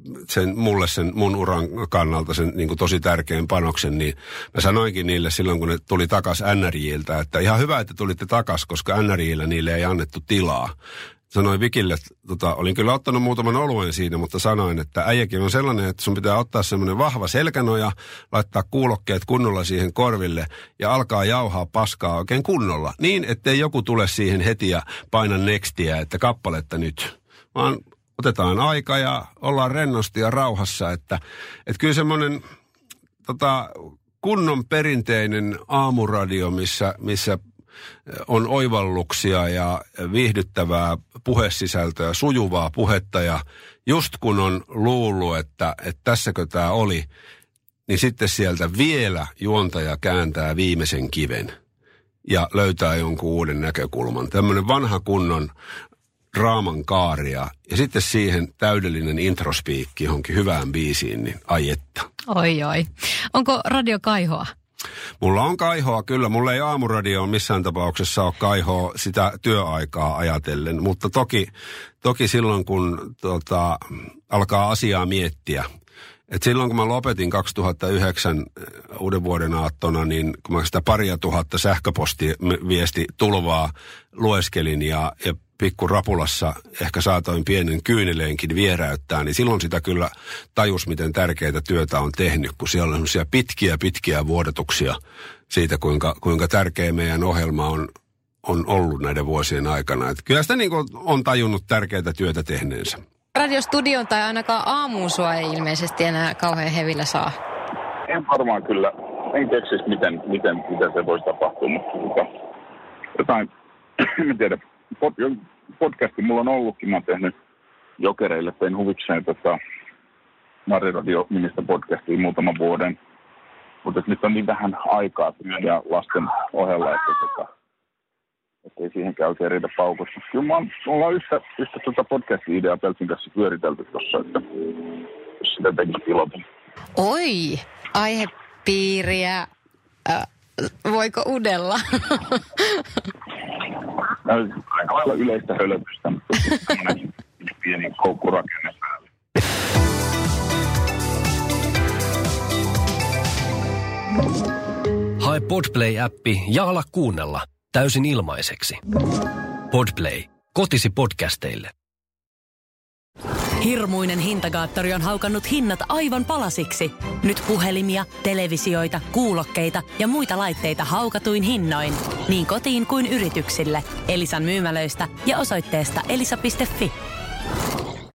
mun uran kannalta sen niin kuin tosi tärkeän panoksen, niin mä sanoinkin niille silloin, kun ne tuli takas NRJ:ltä, että ihan hyvä, että tulitte takas, koska NRJ:llä niille ei annettu tilaa. Sanoin Vikille, että olin kyllä ottanut muutaman oluen siinä, mutta sanoin, että äijäkin on sellainen, että sun pitää ottaa semmoinen vahva selkänoja, laittaa kuulokkeet kunnolla siihen korville ja alkaa jauhaa paskaa oikein kunnolla. Niin, ettei joku tule siihen heti ja paina nextiä, että kappaletta nyt. Vaan otetaan aika ja ollaan rennosti ja rauhassa, että kyllä semmoinen kunnon perinteinen aamuradio, missä on oivalluksia ja viihdyttävää puhesisältöä, sujuvaa puhetta ja just kun on luullut, että tässäkö tämä oli, niin sitten sieltä vielä juontaja kääntää viimeisen kiven ja löytää jonkun uuden näkökulman. Tämmöinen vanha kunnon draaman kaaria ja sitten siihen täydellinen introspiikki johonkin hyvään biisiin, niin ai että. Oi. Onko radio kaihoa? Mulla on kaihoa, kyllä. Mulla ei aamuradio missään tapauksessa ole kaihoa sitä työaikaa ajatellen, mutta toki silloin, kun alkaa asiaa miettiä. Et silloin, kun mä lopetin 2009 uuden vuoden aattona, niin kun mä sitä 2000 sähköpostiviesti-tulvaa lueskelin ja pikku rapulassa ehkä saatoin pienen kyyneleenkin vieräyttää, niin silloin sitä kyllä tajus, miten tärkeää työtä on tehnyt, kun siellä on sellaisia pitkiä vuodatuksia siitä, kuinka tärkeä meidän ohjelma on ollut näiden vuosien aikana. Et kyllä sitä niin kuin on tajunnut tärkeää työtä tehneensä. Radiostudion tai ainakaan aamuun sua ei ilmeisesti enää kauhean hevillä saa. En varmaan kyllä. En keksis, miten se voisi tapahtua, mutta jotain, en tiedä. Podcasti mulla on ollutkin, mä oon tehnyt Jokereille, tein huvikseen Mariradio-nimistä podcastia muutaman vuoden. Mutta nyt on niin vähän aikaa työn ja lasten ohella, että ei siihenkään oikein riitä paukussa. Kyllä ollaan yhtä podcast-ideaa Peltsin kanssa pyöritelty tuossa, että jos sitä tekisi pilotin. Oi, aihepiiriä. Voiko udella? Aika lailla yleistä hölötystä, mutta tämmöinen pieni koukkurakenne päälle. Hae Podplay-appi ja ala kuunnella täysin ilmaiseksi. Podplay. Kotisi podcasteille. Hirmuinen hintakaattori on haukannut hinnat aivan palasiksi. Nyt puhelimia, televisioita, kuulokkeita ja muita laitteita haukatuin hinnoin. Niin kotiin kuin yrityksille. Elisan myymälöistä ja osoitteesta elisa.fi.